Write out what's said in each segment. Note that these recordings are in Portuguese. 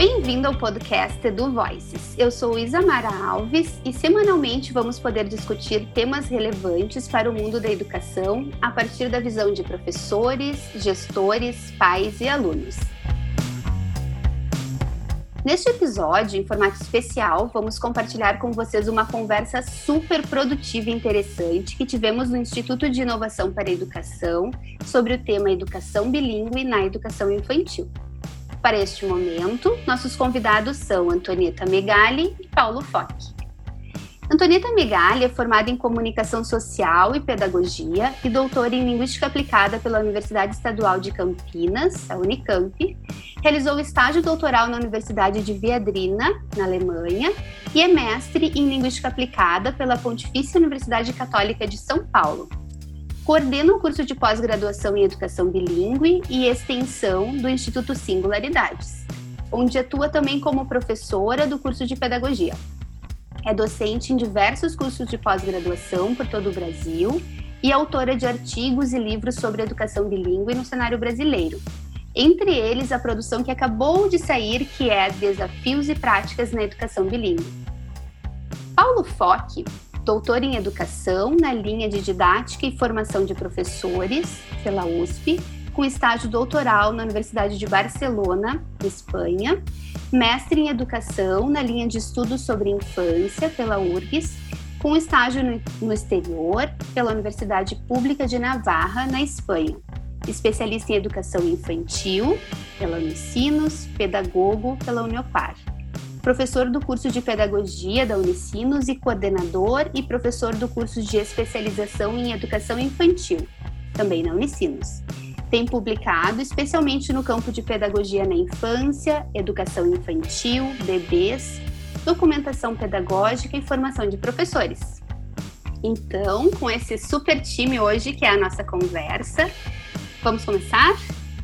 Bem-vindo ao podcast Edu Voices. Eu sou Isamara Alves e semanalmente vamos poder discutir temas relevantes para o mundo da educação a partir da visão de professores, gestores, pais e alunos. Neste episódio, em formato especial, vamos compartilhar com vocês uma conversa super produtiva e interessante que tivemos no Instituto de Inovação para a Educação sobre o tema Educação Bilíngue na Educação Infantil. Para este momento, nossos convidados são Antonieta Megali e Paulo Foch. Antonieta Megali é formada em Comunicação Social e Pedagogia e doutora em Linguística Aplicada pela Universidade Estadual de Campinas, a Unicamp. Realizou estágio doutoral na Universidade de Viadrina, na Alemanha, e é mestre em Linguística Aplicada pela Pontifícia Universidade Católica de São Paulo. Coordena o curso de pós-graduação em Educação Bilíngue e Extensão do Instituto Singularidades, onde atua também como professora do curso de Pedagogia. É docente em diversos cursos de pós-graduação por todo o Brasil e autora de artigos e livros sobre educação bilíngue no cenário brasileiro. Entre eles, a produção que acabou de sair, que é Desafios e Práticas na Educação Bilíngue. Paulo Foch, doutor em Educação na linha de Didática e Formação de Professores, pela USP, com estágio doutoral na Universidade de Barcelona, Espanha, mestre em Educação na linha de Estudos sobre Infância, pela URGS, com estágio no exterior, pela Universidade Pública de Navarra, na Espanha, especialista em Educação Infantil, pela Unicinos, pedagogo, pela Uniopar. Professor do curso de Pedagogia da Unicinos e coordenador e professor do curso de especialização em Educação Infantil, também na Unicinos. Tem publicado especialmente no campo de Pedagogia na Infância, Educação Infantil, bebês, documentação pedagógica e formação de professores. Então, com esse super time hoje, que é a nossa conversa, vamos começar?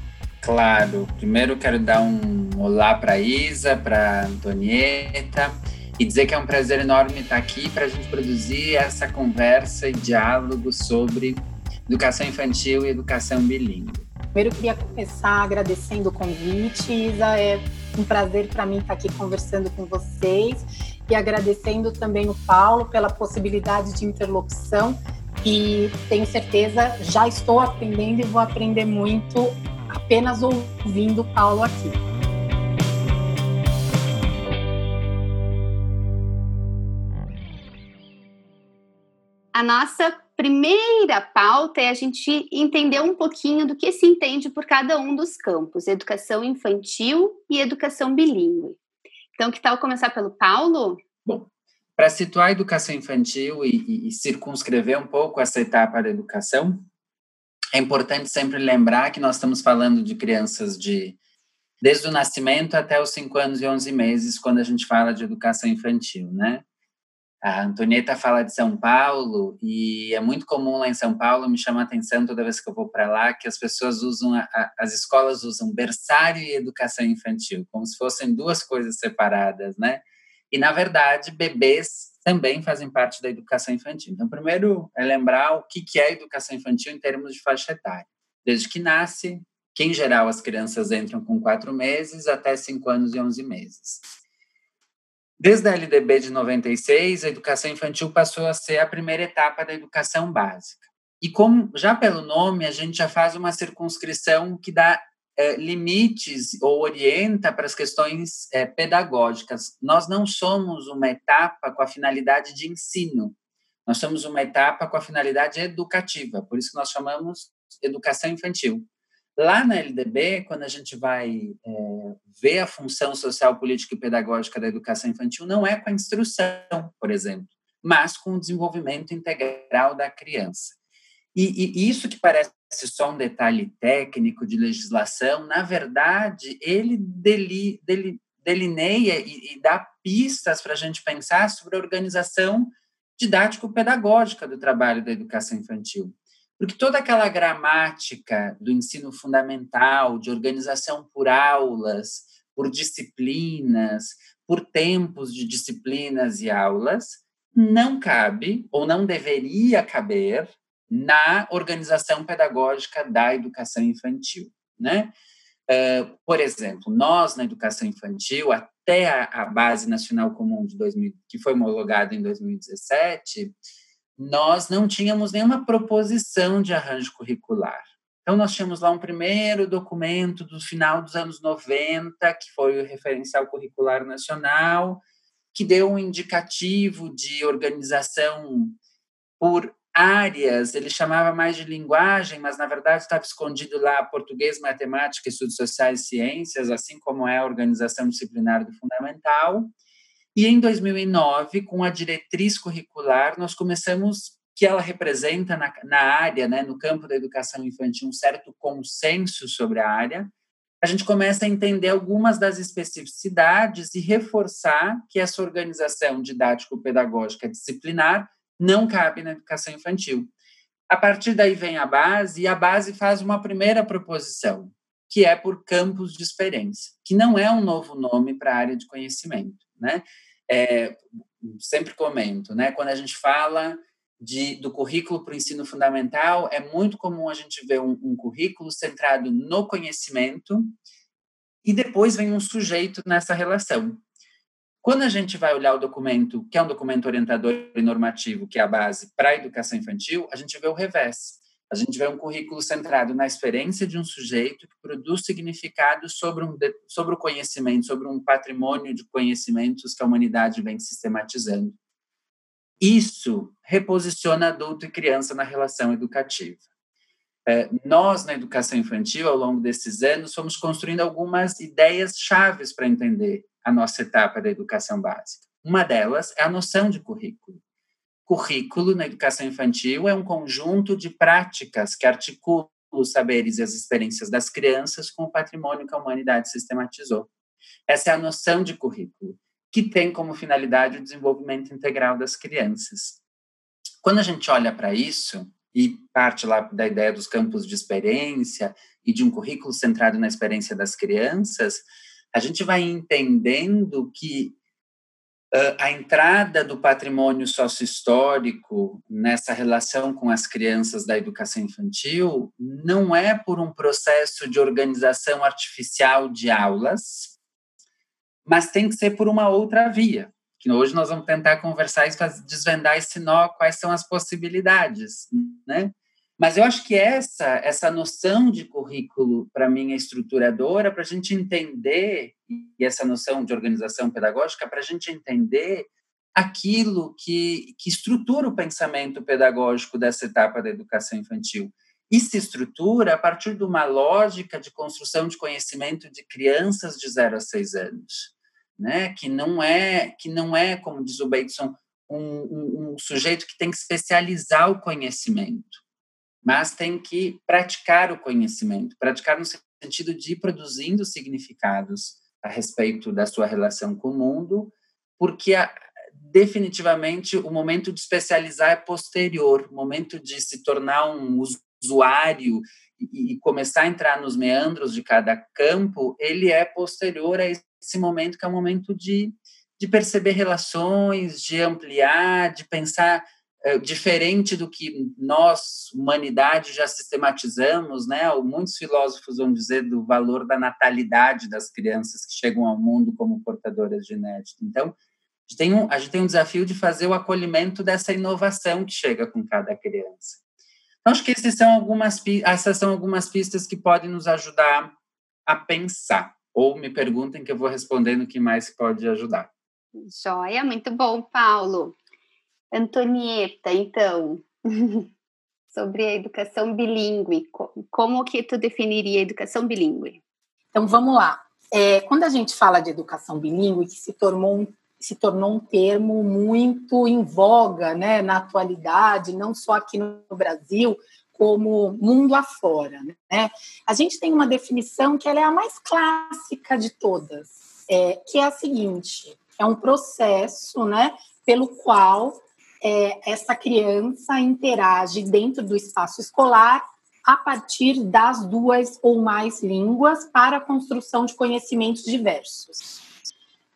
Claro, primeiro quero dar um olá para a Isa, para a Antonieta e dizer que é um prazer enorme estar aqui para a gente produzir essa conversa e diálogo sobre educação infantil e educação bilíngue. Primeiro eu queria começar agradecendo o convite, Isa, é um prazer para mim estar aqui conversando com vocês e agradecendo também o Paulo pela possibilidade de interlocução e tenho certeza, já estou aprendendo e vou aprender muito apenas ouvindo o Paulo aqui. A nossa primeira pauta é a gente entender um pouquinho do que se entende por cada um dos campos, educação infantil e educação bilíngue. Então, que tal começar pelo Paulo? Bom, para situar a educação infantil e circunscrever um pouco essa etapa da educação, é importante sempre lembrar que nós estamos falando de crianças desde o nascimento até os 5 anos e 11 meses, quando a gente fala de educação infantil, né? A Antonieta fala de São Paulo e é muito comum lá em São Paulo, me chama a atenção toda vez que eu vou para lá, que as pessoas as escolas usam berçário e educação infantil, como se fossem duas coisas separadas, né? E, na verdade, bebês também fazem parte da educação infantil. Então, primeiro é lembrar o que é educação infantil em termos de faixa etária. Desde que nasce, que em geral as crianças entram com 4 meses até 5 anos e 11 meses. Desde a LDB de 96, a educação infantil passou a ser a primeira etapa da educação básica. E como já pelo nome, a gente já faz uma circunscrição que dá limites ou orienta para as questões pedagógicas. Nós não somos uma etapa com a finalidade de ensino, nós somos uma etapa com a finalidade educativa, por isso que nós chamamos educação infantil. Lá na LDB, quando a gente vai ver a função social, política e pedagógica da educação infantil, não é com a instrução, por exemplo, mas com o desenvolvimento integral da criança. E isso que parece só um detalhe técnico de legislação, na verdade, ele delineia e dá pistas para a gente pensar sobre a organização didático-pedagógica do trabalho da educação infantil. Porque toda aquela gramática do ensino fundamental, de organização por aulas, por disciplinas, por tempos de disciplinas e aulas, não cabe ou não deveria caber na organização pedagógica da educação infantil, né? Por exemplo, nós, na educação infantil, até a Base Nacional Comum de 2000, que foi homologada em 2017, nós não tínhamos nenhuma proposição de arranjo curricular. Então, nós tínhamos lá um primeiro documento do final dos anos 90, que foi o Referencial Curricular Nacional, que deu um indicativo de organização por áreas, ele chamava mais de linguagem, mas, na verdade, estava escondido lá português, matemática, estudos sociais e ciências, assim como é a organização disciplinar do fundamental. E, em 2009, com a diretriz curricular, nós começamos, que ela representa na área, né, no campo da educação infantil, um certo consenso sobre a área, a gente começa a entender algumas das especificidades e reforçar que essa organização didático-pedagógica disciplinar não cabe na educação infantil. A partir daí vem a base, e a base faz uma primeira proposição, que é por campos de experiência, que não é um novo nome para a área de conhecimento, né? Sempre comento, né? Quando a gente fala do currículo para o ensino fundamental, é muito comum a gente ver um currículo centrado no conhecimento e depois vem um sujeito nessa relação. Quando a gente vai olhar o documento, que é um documento orientador e normativo, que é a base para a educação infantil, a gente vê o revés. A gente vê um currículo centrado na experiência de um sujeito que produz significado sobre o conhecimento, sobre um patrimônio de conhecimentos que a humanidade vem sistematizando. Isso reposiciona adulto e criança na relação educativa. Nós, na educação infantil, ao longo desses anos, fomos construindo algumas ideias chaves para entender a nossa etapa da educação básica. Uma delas é a noção de currículo. Currículo, na educação infantil, é um conjunto de práticas que articulam os saberes e as experiências das crianças com o patrimônio que a humanidade sistematizou. Essa é a noção de currículo, que tem como finalidade o desenvolvimento integral das crianças. Quando a gente olha para isso, e parte lá da ideia dos campos de experiência e de um currículo centrado na experiência das crianças, a gente vai entendendo que a entrada do patrimônio sócio-histórico nessa relação com as crianças da educação infantil não é por um processo de organização artificial de aulas, mas tem que ser por uma outra via, que hoje nós vamos tentar conversar e desvendar esse nó, quais são as possibilidades, né? Mas eu acho que essa noção de currículo, para mim, é estruturadora para a gente entender, e essa noção de organização pedagógica, para a gente entender aquilo que estrutura o pensamento pedagógico dessa etapa da educação infantil. E se estrutura a partir de uma lógica de construção de conhecimento de crianças de 0 a 6 anos, né? Que não é, como diz o Bateson, um sujeito que tem que especializar o conhecimento, mas tem que praticar o conhecimento, praticar no sentido de ir produzindo significados a respeito da sua relação com o mundo, porque definitivamente o momento de especializar é posterior, o momento de se tornar um usuário e começar a entrar nos meandros de cada campo, ele é posterior a esse momento que é um momento de perceber relações, de ampliar, de pensar diferente do que nós, humanidade, já sistematizamos, né? Muitos filósofos vão dizer do valor da natalidade das crianças que chegam ao mundo como portadoras de genética. Então, a gente tem um desafio de fazer o acolhimento dessa inovação que chega com cada criança. Então, acho que essas são algumas pistas que podem nos ajudar a pensar. Ou me perguntem que eu vou respondendo o que mais pode ajudar. Joia, muito bom, Paulo. Antonieta, então, sobre a educação bilíngue, como que tu definiria a educação bilíngue? Então, vamos lá. Quando a gente fala de educação bilíngue, que se tornou um termo muito em voga, né, na atualidade, não só aqui no Brasil, como mundo afora, né? A gente tem uma definição que ela é a mais clássica de todas, que é a seguinte: é um processo, né, pelo qual essa criança interage dentro do espaço escolar a partir das 2 ou mais línguas para a construção de conhecimentos diversos.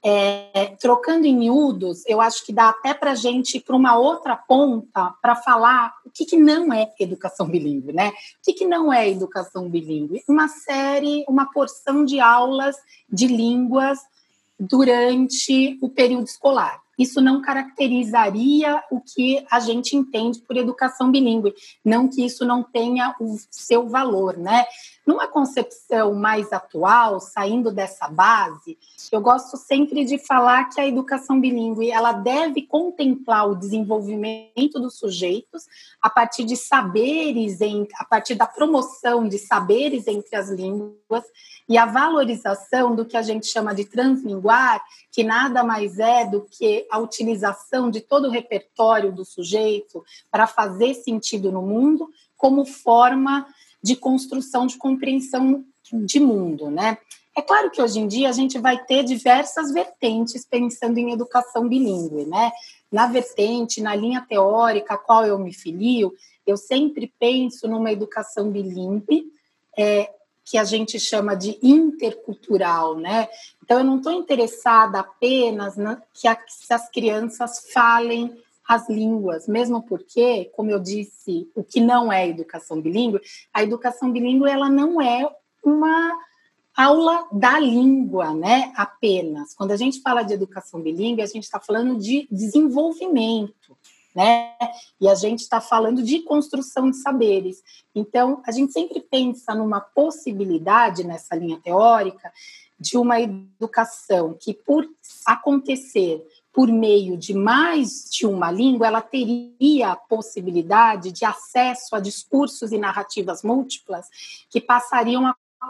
Trocando em miúdos, eu acho que dá até para a gente ir para uma outra ponta para falar o que não é educação bilíngue, né? O que não é educação bilíngue? Uma porção de aulas de línguas durante o período escolar. Isso não caracterizaria o que a gente entende por educação bilíngue, não que isso não tenha o seu valor, né? Numa concepção mais atual, saindo dessa base, eu gosto sempre de falar que a educação bilíngue ela deve contemplar o desenvolvimento dos sujeitos a partir de saberes, a partir da promoção de saberes entre as línguas e a valorização do que a gente chama de translinguar, que nada mais é do que a utilização de todo o repertório do sujeito para fazer sentido no mundo como forma de construção de compreensão de mundo, né? É claro que hoje em dia a gente vai ter diversas vertentes pensando em educação bilíngue, né? Na vertente, na linha teórica a qual eu me filio, eu sempre penso numa educação bilíngue, que a gente chama de intercultural, né? Então, eu não estou interessada apenas que as crianças falem as línguas, mesmo porque, como eu disse, o que não é educação bilíngue, a educação bilíngue ela não é uma aula da língua, né? Apenas. Quando a gente fala de educação bilíngue, a gente está falando de desenvolvimento, né? E a gente está falando de construção de saberes. Então, a gente sempre pensa numa possibilidade nessa linha teórica de uma educação que, por acontecer por meio de mais de uma língua, ela teria a possibilidade de acesso a discursos e narrativas múltiplas que passariam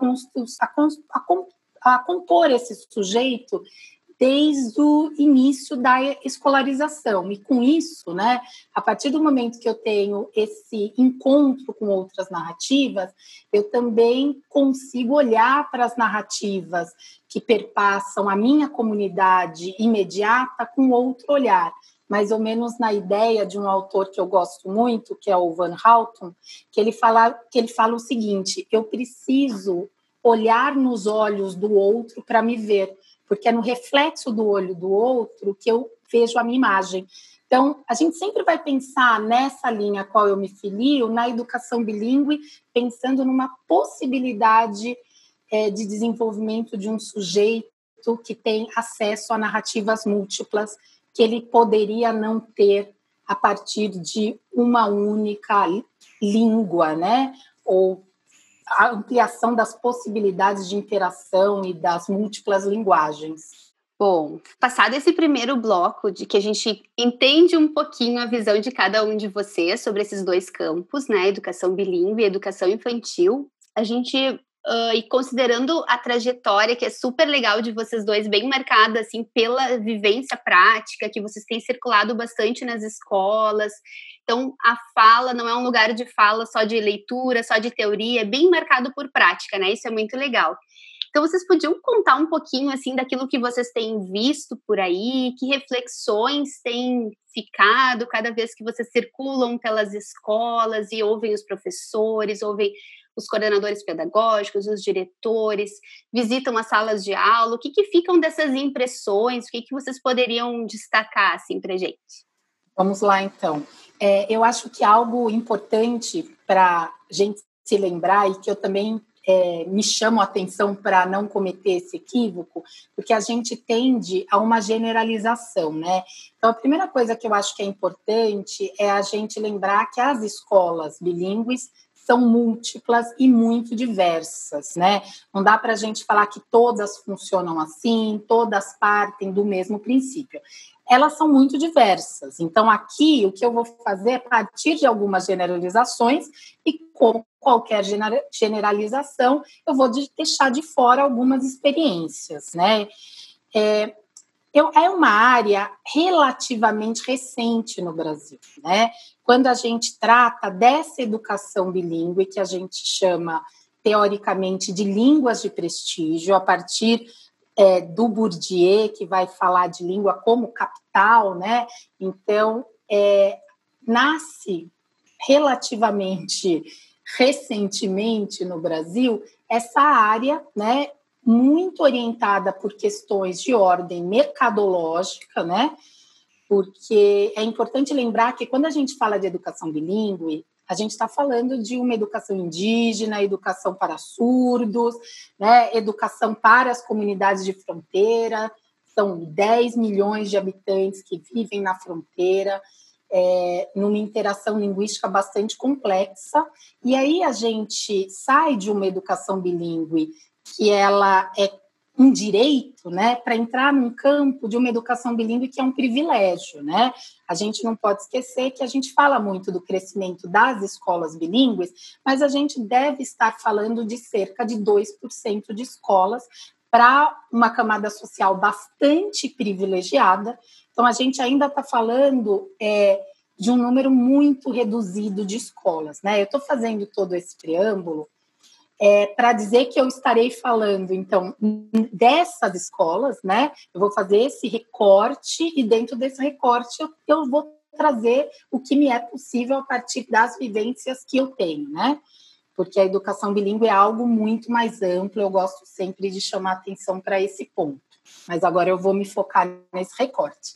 a compor esse sujeito desde o início da escolarização. E com isso, né, a partir do momento que eu tenho esse encontro com outras narrativas, eu também consigo olhar para as narrativas que perpassam a minha comunidade imediata com outro olhar, mais ou menos na ideia de um autor que eu gosto muito, que é o Van Houten, que ele fala o seguinte: eu preciso olhar nos olhos do outro para me ver, porque é no reflexo do olho do outro que eu vejo a minha imagem. Então, a gente sempre vai pensar nessa linha a qual eu me filio, na educação bilíngue, pensando numa possibilidade de desenvolvimento de um sujeito que tem acesso a narrativas múltiplas que ele poderia não ter a partir de uma única língua, né? Ou a ampliação das possibilidades de interação e das múltiplas linguagens. Bom, passado esse primeiro bloco de que a gente entende um pouquinho a visão de cada um de vocês sobre esses dois campos, né, educação bilíngue e educação infantil, a gente, e considerando a trajetória que é super legal de vocês dois, bem marcada assim pela vivência prática, que vocês têm circulado bastante nas escolas. Então, a fala não é um lugar de fala só de leitura, só de teoria, é bem marcado por prática, né? Isso é muito legal. Então, vocês podiam contar um pouquinho, assim, daquilo que vocês têm visto por aí, que reflexões têm ficado cada vez que vocês circulam pelas escolas e ouvem os professores, ouvem os coordenadores pedagógicos, os diretores, visitam as salas de aula. O que ficam dessas impressões? O que vocês poderiam destacar, assim, pra gente? Vamos lá, então. Eu acho que algo importante para a gente se lembrar e que eu também me chamo a atenção para não cometer esse equívoco, porque a gente tende a uma generalização, né? Então, a primeira coisa que eu acho que é importante é a gente lembrar que as escolas bilíngues são múltiplas e muito diversas, né? Não dá para a gente falar que todas funcionam assim, todas partem do mesmo princípio. Elas são muito diversas. Então, aqui, o que eu vou fazer é partir de algumas generalizações e, como qualquer generalização, eu vou deixar de fora algumas experiências, né? É uma área relativamente recente no Brasil, né? Quando a gente trata dessa educação bilíngue, que a gente chama, teoricamente, de línguas de prestígio, a partir do Bourdieu, que vai falar de língua como capital, né? Então, nasce relativamente recentemente no Brasil essa área, né, muito orientada por questões de ordem mercadológica, né? Porque é importante lembrar que quando a gente fala de educação bilíngue, a gente está falando de uma educação indígena, educação para surdos, né? Educação para as comunidades de fronteira. São 10 milhões de habitantes que vivem na fronteira, numa interação linguística bastante complexa. E aí a gente sai de uma educação bilíngue que ela é um direito, né, para entrar num campo de uma educação bilíngue que é um privilégio, né? A gente não pode esquecer que a gente fala muito do crescimento das escolas bilíngues, mas a gente deve estar falando de cerca de 2% de escolas para uma camada social bastante privilegiada. Então, a gente ainda está falando de um número muito reduzido de escolas, né? Eu estou fazendo todo esse preâmbulo para dizer que eu estarei falando, então, dessas escolas, né? Eu vou fazer esse recorte e dentro desse recorte eu vou trazer o que me é possível a partir das vivências que eu tenho, né? Porque a educação bilíngue é algo muito mais amplo, eu gosto sempre de chamar atenção para esse ponto. Mas agora eu vou me focar nesse recorte.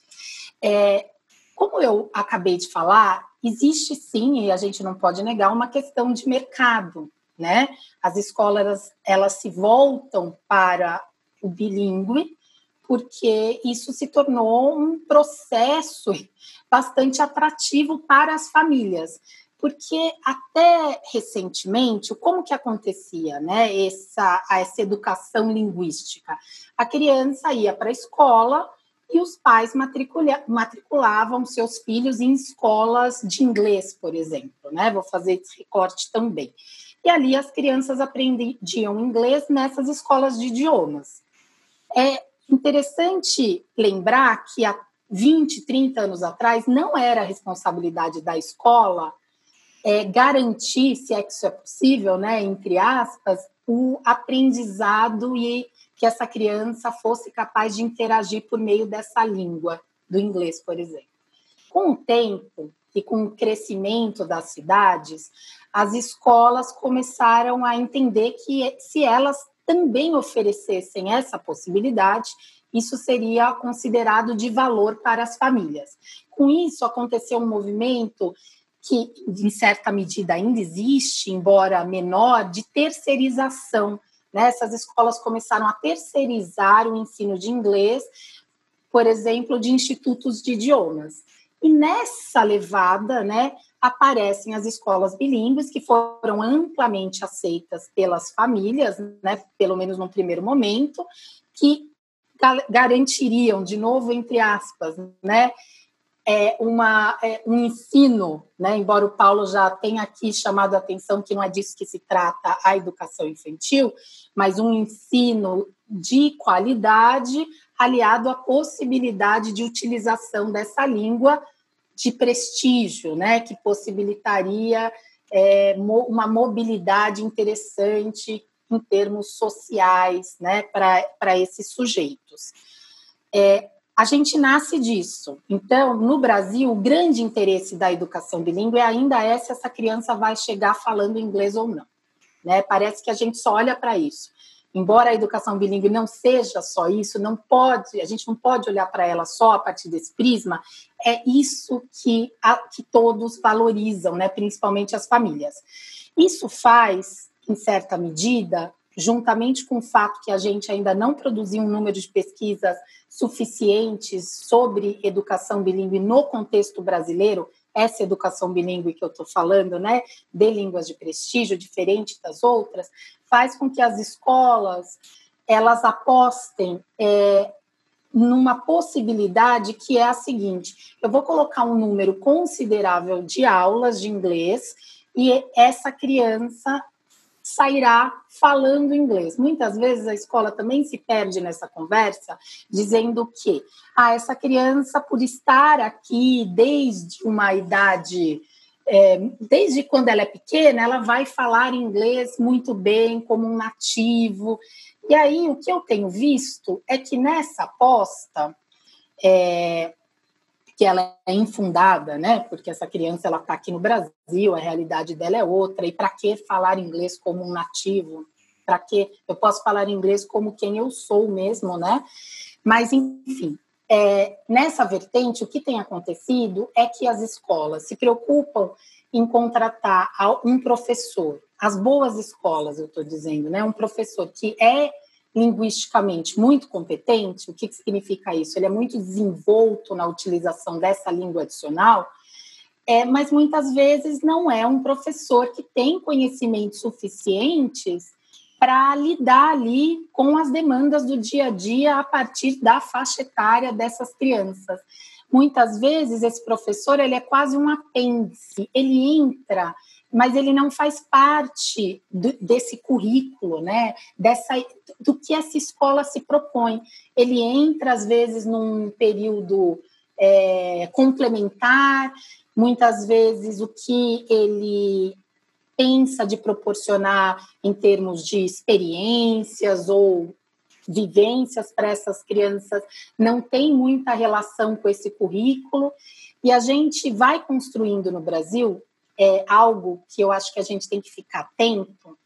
Como eu acabei de falar, existe sim, e a gente não pode negar, uma questão de mercado, né? As escolas, elas se voltam para o bilíngue porque isso se tornou um processo bastante atrativo para as famílias. Porque até recentemente, como que acontecia, né, essa educação linguística? A criança ia para a escola e os pais matriculavam seus filhos em escolas de inglês, por exemplo, né? Vou fazer esse recorte também. E ali as crianças aprendiam inglês nessas escolas de idiomas. É interessante lembrar que há 20, 30 anos atrás não era a responsabilidade da escola garantir, se é que isso é possível, né, entre aspas, o aprendizado e que essa criança fosse capaz de interagir por meio dessa língua, do inglês, por exemplo. Com o tempo e com o crescimento das cidades, as escolas começaram a entender que se elas também oferecessem essa possibilidade, isso seria considerado de valor para as famílias. Com isso, aconteceu um movimento que, em certa medida, ainda existe, embora menor, de terceirização. Né? Essas escolas começaram a terceirizar o ensino de inglês, por exemplo, de institutos de idiomas. E nessa levada, né, aparecem as escolas bilíngues, que foram amplamente aceitas pelas famílias, né, pelo menos no primeiro momento, que garantiriam, de novo, entre aspas, né, um ensino, né, embora o Paulo já tenha aqui chamado a atenção que não é disso que se trata a educação infantil, mas um ensino de qualidade aliado à possibilidade de utilização dessa língua de prestígio, né, que possibilitaria uma mobilidade interessante em termos sociais, né, para esses sujeitos. A gente nasce disso. Então, no Brasil, o grande interesse da educação bilíngue ainda é se essa criança vai chegar falando inglês ou não. Né? Parece que a gente só olha para isso. Embora a educação bilíngue não seja só isso, a gente não pode olhar para ela só a partir desse prisma, é isso que todos valorizam, né? Principalmente as famílias. Isso faz, em certa medida, juntamente com o fato que a gente ainda não produziu um número de pesquisas suficientes sobre educação bilíngue no contexto brasileiro, essa educação bilíngue que eu estou falando, né, de línguas de prestígio, diferente das outras, faz com que as escolas elas apostem numa possibilidade que é a seguinte: eu vou colocar um número considerável de aulas de inglês e essa criança sairá falando inglês. Muitas vezes a escola também se perde nessa conversa, dizendo que essa criança, por estar aqui desde uma idade, desde quando ela é pequena, ela vai falar inglês muito bem, como um nativo. E aí, o que eu tenho visto é que nessa aposta, que ela é infundada, né? Porque essa criança está aqui no Brasil, a realidade dela é outra, e para que falar inglês como um nativo? para que eu posso falar inglês como quem eu sou mesmo, né? Mas, enfim, nessa vertente, o que tem acontecido é que as escolas se preocupam em contratar um professor, as boas escolas, eu estou dizendo, né? Um professor que é linguisticamente muito competente. O que significa isso? Ele é muito desenvolto na utilização dessa língua adicional, mas muitas vezes não é um professor que tem conhecimentos suficientes para lidar ali com as demandas do dia a dia a partir da faixa etária dessas crianças. Muitas vezes esse professor ele é quase um apêndice, ele entra, mas ele não faz parte desse currículo, né? Do que essa escola se propõe. Ele entra, às vezes, num período complementar, muitas vezes o que ele pensa de proporcionar em termos de experiências ou vivências para essas crianças não tem muita relação com esse currículo, e a gente vai construindo no Brasil algo que eu acho que a gente tem que ficar atento,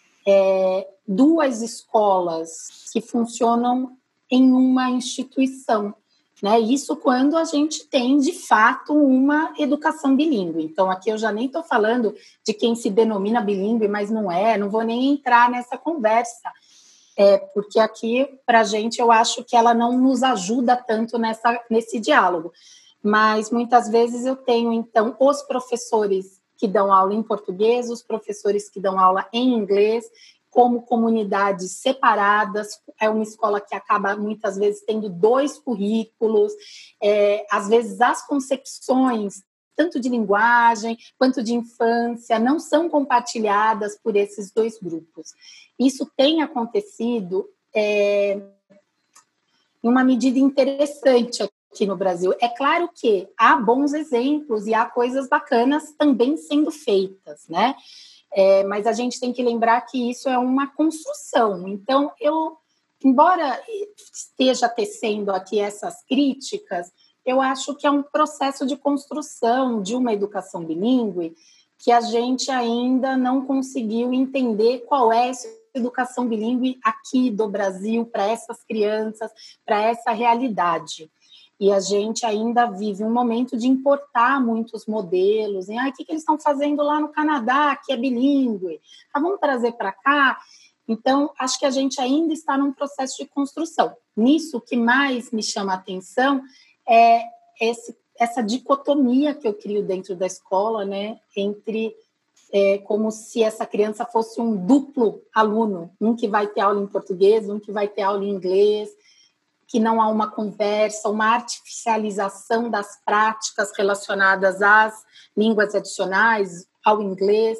duas escolas que funcionam em uma instituição, né? Isso quando a gente tem, de fato, uma educação bilíngue. Então, aqui eu já nem estou falando de quem se denomina bilíngue, mas não vou nem entrar nessa conversa, porque aqui, para a gente, eu acho que ela não nos ajuda tanto nesse diálogo. Mas, muitas vezes, eu tenho, então, os professores que dão aula em português, os professores que dão aula em inglês, como comunidades separadas. É uma escola que acaba, muitas vezes, tendo 2 currículos. Às vezes, as concepções, tanto de linguagem quanto de infância, não são compartilhadas por esses 2 grupos. Isso tem acontecido em uma medida interessante aqui no Brasil. É claro que há bons exemplos e há coisas bacanas também sendo feitas, né? Mas a gente tem que lembrar que isso é uma construção. Então, embora esteja tecendo aqui essas críticas, eu acho que é um processo de construção de uma educação bilíngue que a gente ainda não conseguiu entender qual é essa educação bilíngue aqui do Brasil para essas crianças, para essa realidade. E a gente ainda vive um momento de importar muitos modelos. O que eles estão fazendo lá no Canadá, que é bilíngue? Vamos trazer para cá? Então, acho que a gente ainda está num processo de construção. Nisso, o que mais me chama a atenção é essa dicotomia que eu crio dentro da escola, né, entre como se essa criança fosse um duplo aluno, um que vai ter aula em português, um que vai ter aula em inglês, que não há uma conversa, uma artificialização das práticas relacionadas às línguas adicionais, ao inglês,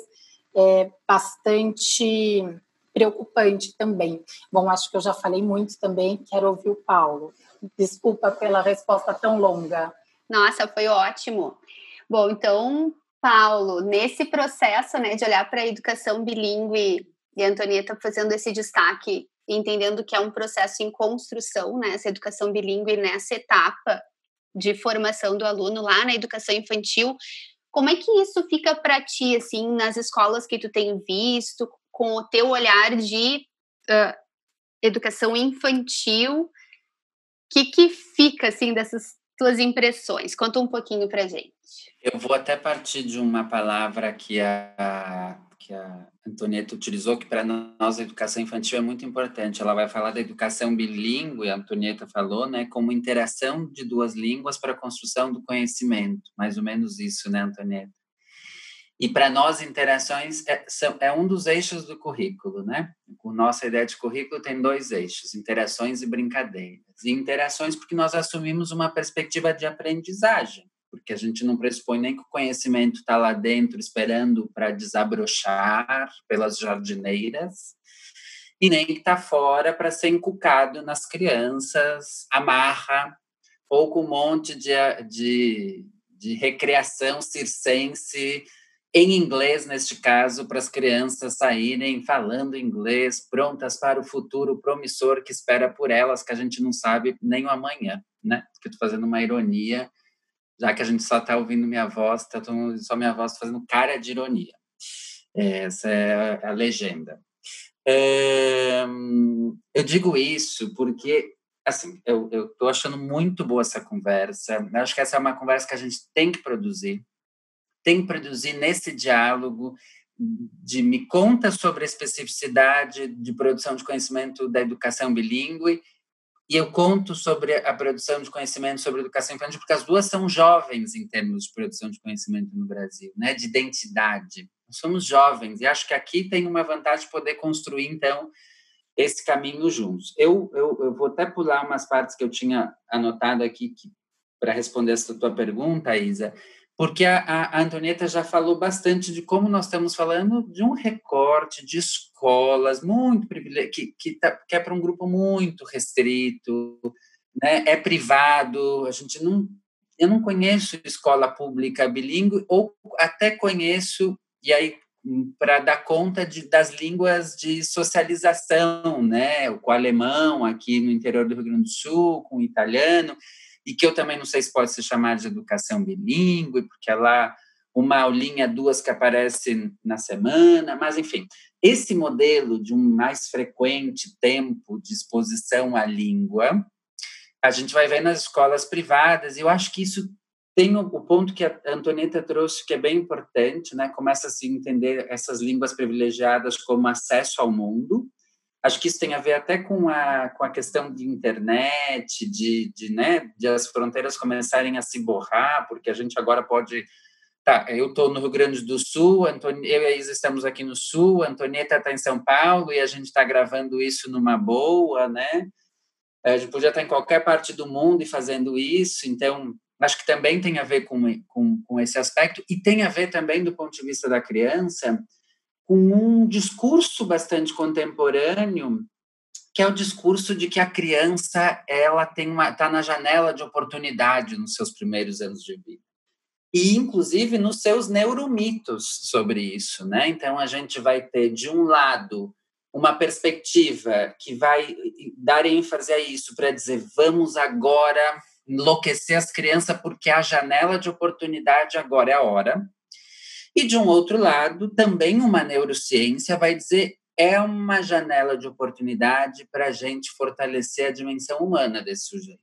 bastante preocupante também. Bom, acho que eu já falei muito também, quero ouvir o Paulo. Desculpa pela resposta tão longa. Nossa, foi ótimo. Bom, então, Paulo, nesse processo, né, de olhar para a educação bilíngue, e a Antonieta fazendo esse destaque, entendendo que é um processo em construção, né, essa educação bilíngue nessa etapa de formação do aluno lá na educação infantil, como é que isso fica para ti, assim, nas escolas que tu tem visto, com o teu olhar de educação infantil, o que fica, assim, dessas tuas impressões? Conta um pouquinho pra gente. Eu vou até partir de uma palavra que a Antonieta utilizou, que para nós a educação infantil é muito importante. Ela vai falar da educação bilíngue, a Antonieta falou, né, como interação de 2 línguas para a construção do conhecimento. Mais ou menos isso, né, Antonieta? E para nós, interações é um dos eixos do currículo, né? Nossa ideia de currículo tem 2 eixos, interações e brincadeiras. E interações porque nós assumimos uma perspectiva de aprendizagem, porque a gente não pressupõe nem que o conhecimento está lá dentro esperando para desabrochar pelas jardineiras, e nem que está fora para ser inculcado nas crianças, amarra, ou com um monte de recreação circense, em inglês, neste caso, para as crianças saírem falando inglês, prontas para o futuro promissor que espera por elas, que a gente não sabe nem o amanhã, né? Porque eu estou fazendo uma ironia, já que a gente só está ouvindo minha voz, só minha voz fazendo cara de ironia. Essa é a legenda. Eu digo isso porque, assim, eu estou achando muito boa essa conversa. Eu acho que essa é uma conversa que a gente tem que produzir nesse diálogo de me conta sobre a especificidade de produção de conhecimento da educação bilíngue e eu conto sobre a produção de conhecimento sobre educação infantil, porque as duas são jovens em termos de produção de conhecimento no Brasil, né, de identidade. Nós somos jovens e acho que aqui tem uma vantagem de poder construir, então, esse caminho juntos. Eu vou até pular umas partes que eu tinha anotado aqui para responder essa tua pergunta, Isa, porque a Antonieta já falou bastante de como nós estamos falando de um recorte de escolas muito privilegiadas, que é para um grupo muito restrito, né? É privado, eu não conheço escola pública bilíngue, ou até conheço, e aí para dar conta das línguas de socialização, né? Com o alemão aqui no interior do Rio Grande do Sul, com o italiano, e que eu também não sei se pode se chamar de educação bilíngue, porque é lá uma aulinha, duas que aparecem na semana, mas, enfim, esse modelo de um mais frequente tempo de exposição à língua, a gente vai ver nas escolas privadas, e eu acho que isso tem o ponto que a Antonieta trouxe, que é bem importante, né? Começa a se entender essas línguas privilegiadas como acesso ao mundo. Acho que isso tem a ver até com a questão de internet, né, de as fronteiras começarem a se borrar, porque a gente agora pode... Tá, eu estou no Rio Grande do Sul, eu e a Isa estamos aqui no Sul, a Antonieta está em São Paulo e a gente está gravando isso numa boa, né? A gente podia estar em qualquer parte do mundo e fazendo isso, então acho que também tem a ver com esse aspecto, e tem a ver também, do ponto de vista da criança, com um discurso bastante contemporâneo, que é o discurso de que a criança ela está na janela de oportunidade nos seus primeiros anos de vida. E, inclusive, nos seus neuromitos sobre isso, né? Então, a gente vai ter, de um lado, uma perspectiva que vai dar ênfase a isso, para dizer, vamos agora enlouquecer as crianças, porque a janela de oportunidade agora é a hora. E, de um outro lado, também uma neurociência vai dizer é uma janela de oportunidade para a gente fortalecer a dimensão humana desse sujeito.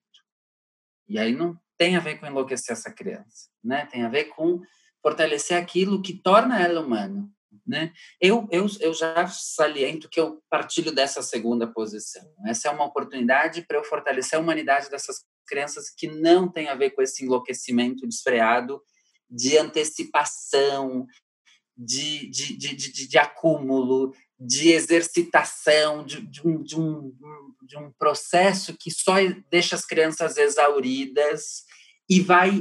E aí não tem a ver com enlouquecer essa criança, né? Tem a ver com fortalecer aquilo que torna ela humana, né? Eu já saliento que eu partilho dessa segunda posição. Essa é uma oportunidade para eu fortalecer a humanidade dessas crianças, que não tem a ver com esse enlouquecimento desfreado de antecipação, de acúmulo, de exercitação, de um processo que só deixa as crianças exauridas e vai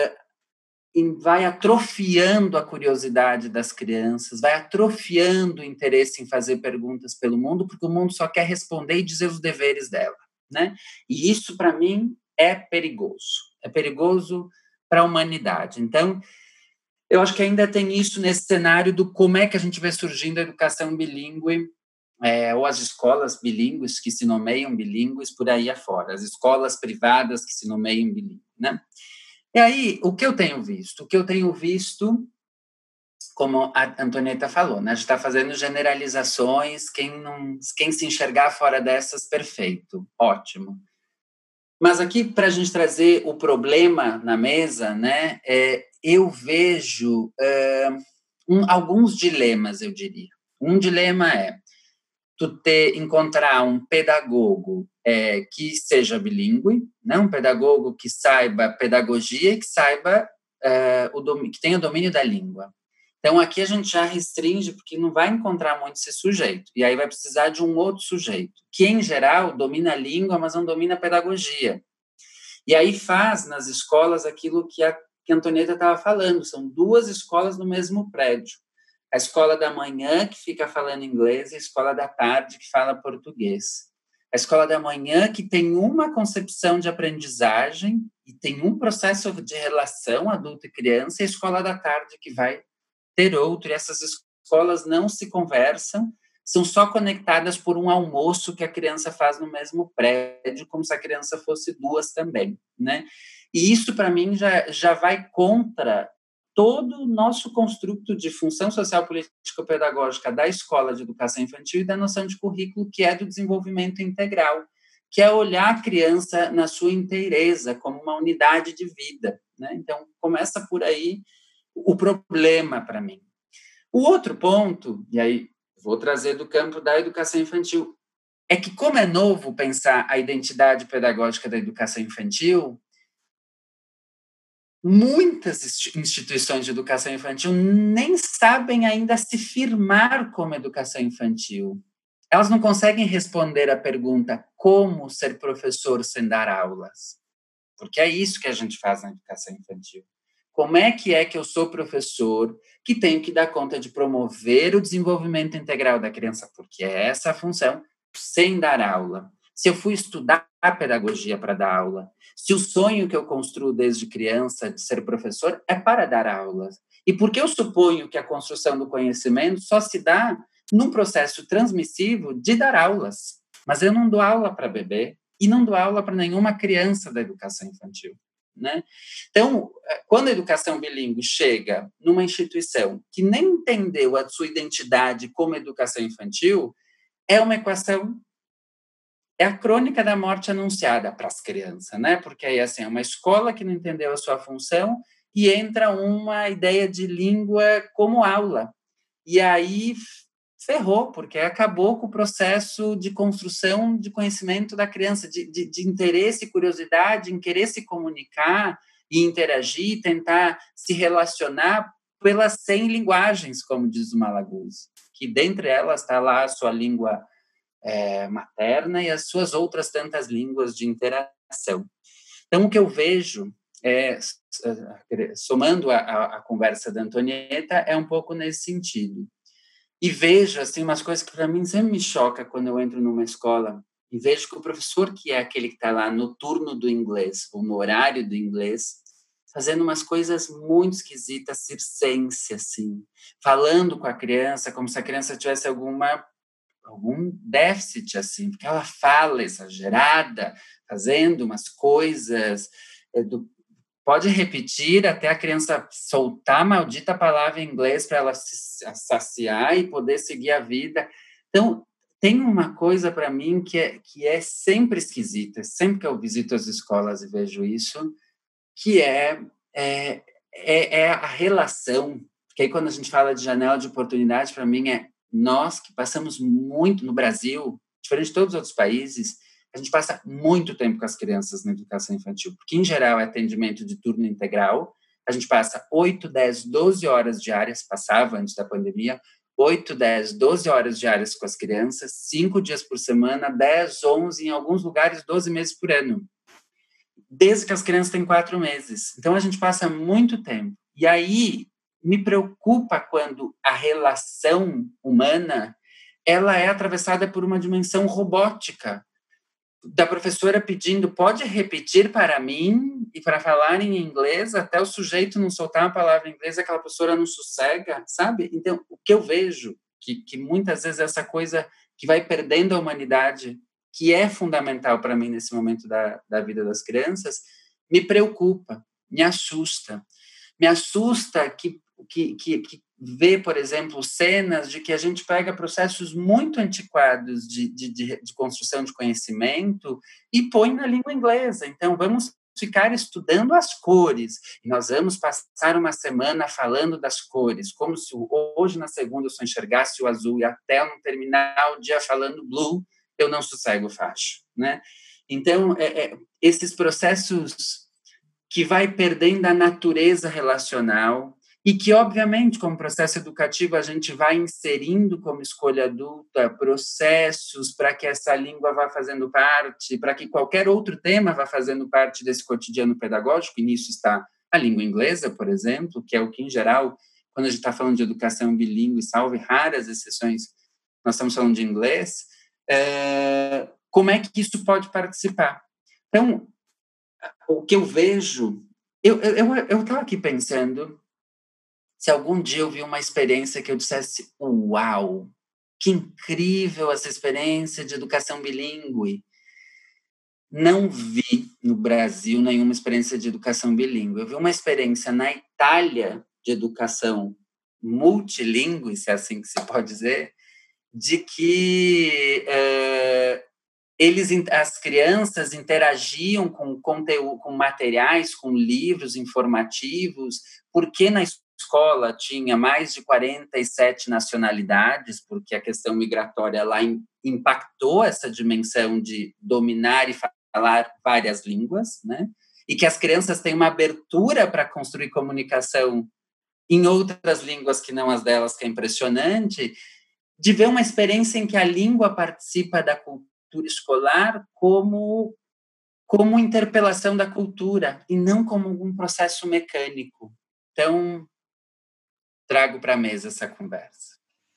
atrofiando a curiosidade das crianças, vai atrofiando o interesse em fazer perguntas pelo mundo, porque o mundo só quer responder e dizer os deveres dela, né? E isso, para mim, é perigoso para a humanidade. Então, eu acho que ainda tem isso nesse cenário do como é que a gente vê surgindo a educação bilíngue, ou as escolas bilíngues que se nomeiam bilíngues por aí afora, as escolas privadas que se nomeiam bilíngues, né? E aí, o que eu tenho visto? Como a Antonieta falou, né? A gente está fazendo generalizações, quem se enxergar fora dessas, perfeito, ótimo. Mas aqui, para a gente trazer o problema na mesa, né, eu vejo alguns dilemas, eu diria. Um dilema é encontrar um pedagogo que seja bilíngue, né, um pedagogo que saiba pedagogia e que saiba que tenha o domínio da língua. Então, aqui a gente já restringe, porque não vai encontrar muito esse sujeito. E aí vai precisar de um outro sujeito, que, em geral, domina a língua, mas não domina a pedagogia. E aí faz nas escolas aquilo que a Antonieta estava falando. São duas escolas no mesmo prédio. A escola da manhã, que fica falando inglês, e a escola da tarde, que fala português. A escola da manhã, que tem uma concepção de aprendizagem e tem um processo de relação adulto e criança, e a escola da tarde, que vai ter outro. E essas escolas não se conversam, são só conectadas por um almoço que a criança faz no mesmo prédio, como se a criança fosse duas também, né? E isso, para mim, já vai contra todo o nosso construto de função social político-pedagógica da escola de educação infantil e da noção de currículo, que é do desenvolvimento integral, que é olhar a criança na sua inteireza, como uma unidade de vida, né? Então, começa por aí o problema para mim. O outro ponto, e aí vou trazer do campo da educação infantil, é que, como é novo pensar a identidade pedagógica da educação infantil, muitas instituições de educação infantil nem sabem ainda se firmar como educação infantil. Elas não conseguem responder a pergunta como ser professor sem dar aulas. Porque é isso que a gente faz na educação infantil. Como é que eu sou professor que tenho que dar conta de promover o desenvolvimento integral da criança, porque é essa a função, sem dar aula. Se eu fui estudar pedagogia para dar aula, se o sonho que eu construo desde criança de ser professor é para dar aulas, e porque eu suponho que a construção do conhecimento só se dá num processo transmissivo de dar aulas, mas eu não dou aula para bebê e não dou aula para nenhuma criança da educação infantil, né? Então, quando a educação bilíngue chega numa instituição que nem entendeu a sua identidade como educação infantil, é uma equação, é a crônica da morte anunciada para as crianças, né? Porque aí, assim, é uma escola que não entendeu a sua função e entra uma ideia de língua como aula. E aí ferrou, porque acabou com o processo de construção de conhecimento da criança, de interesse e curiosidade em querer se comunicar e interagir, tentar se relacionar pelas 100 linguagens, como diz o Malaguzzi, que dentre elas está lá a sua língua materna e as suas outras tantas línguas de interação. Então, o que eu vejo, somando a conversa da Antonieta, é um pouco nesse sentido. E vejo, assim, umas coisas que para mim sempre me choca quando eu entro numa escola e vejo que o professor, que é aquele que está lá no turno do inglês, ou no horário do inglês, fazendo umas coisas muito esquisitas, circense, assim, falando com a criança como se a criança tivesse algum déficit, assim, porque ela fala exagerada, fazendo umas coisas pode repetir até a criança soltar a maldita palavra em inglês para ela se saciar e poder seguir a vida. Então, tem uma coisa para mim que é sempre esquisita, sempre que eu visito as escolas e vejo isso, que é a relação, porque aí quando a gente fala de janela de oportunidade, para mim nós que passamos muito no Brasil, diferente de todos os outros países, a gente passa muito tempo com as crianças na educação infantil, porque, em geral, é atendimento de turno integral. A gente passa 8, 10, 12 horas diárias, passava antes da pandemia, 8, 10, 12 horas diárias com as crianças, 5 dias por semana, 10, 11, em alguns lugares, 12 meses por ano. Desde que as crianças têm 4 meses. Então, a gente passa muito tempo. E aí, me preocupa quando a relação humana ela é atravessada por uma dimensão robótica, da professora pedindo, pode repetir para mim e para falar em inglês, até o sujeito não soltar uma palavra em inglês, aquela professora não sossega, sabe? Então, o que eu vejo, que muitas vezes essa coisa que vai perdendo a humanidade, que é fundamental para mim nesse momento da vida das crianças, me preocupa, me assusta. Me assusta que ver, por exemplo, cenas de que a gente pega processos muito antiquados de construção de conhecimento e põe na língua inglesa. Então, vamos ficar estudando as cores, e nós vamos passar uma semana falando das cores, como se hoje, na segunda, eu só enxergasse o azul, e até eu não terminar o dia falando blue, eu não sossego o facho, né? Então, esses processos que vai perdendo a natureza relacional, e que, obviamente, como processo educativo, a gente vai inserindo como escolha adulta processos para que essa língua vá fazendo parte, para que qualquer outro tema vá fazendo parte desse cotidiano pedagógico, e nisso está a língua inglesa, por exemplo, que é o que, em geral, quando a gente está falando de educação bilíngue, salve raras exceções, nós estamos falando de inglês, como é que isso pode participar? Então, o que eu vejo, eu estava aqui pensando, se algum dia eu vi uma experiência que eu dissesse, uau, que incrível essa experiência de educação bilíngue. Não vi no Brasil nenhuma experiência de educação bilíngue. Eu vi uma experiência na Itália de educação multilingüe, se é assim que se pode dizer, de que as crianças interagiam com conteúdo, com materiais, com livros informativos, porque na escola tinha mais de 47 nacionalidades, porque a questão migratória lá impactou essa dimensão de dominar e falar várias línguas, né? E que as crianças têm uma abertura para construir comunicação em outras línguas que não as delas, que é impressionante, de ver uma experiência em que a língua participa da cultura escolar como interpelação da cultura e não como um processo mecânico. Então, trago para a mesa essa conversa.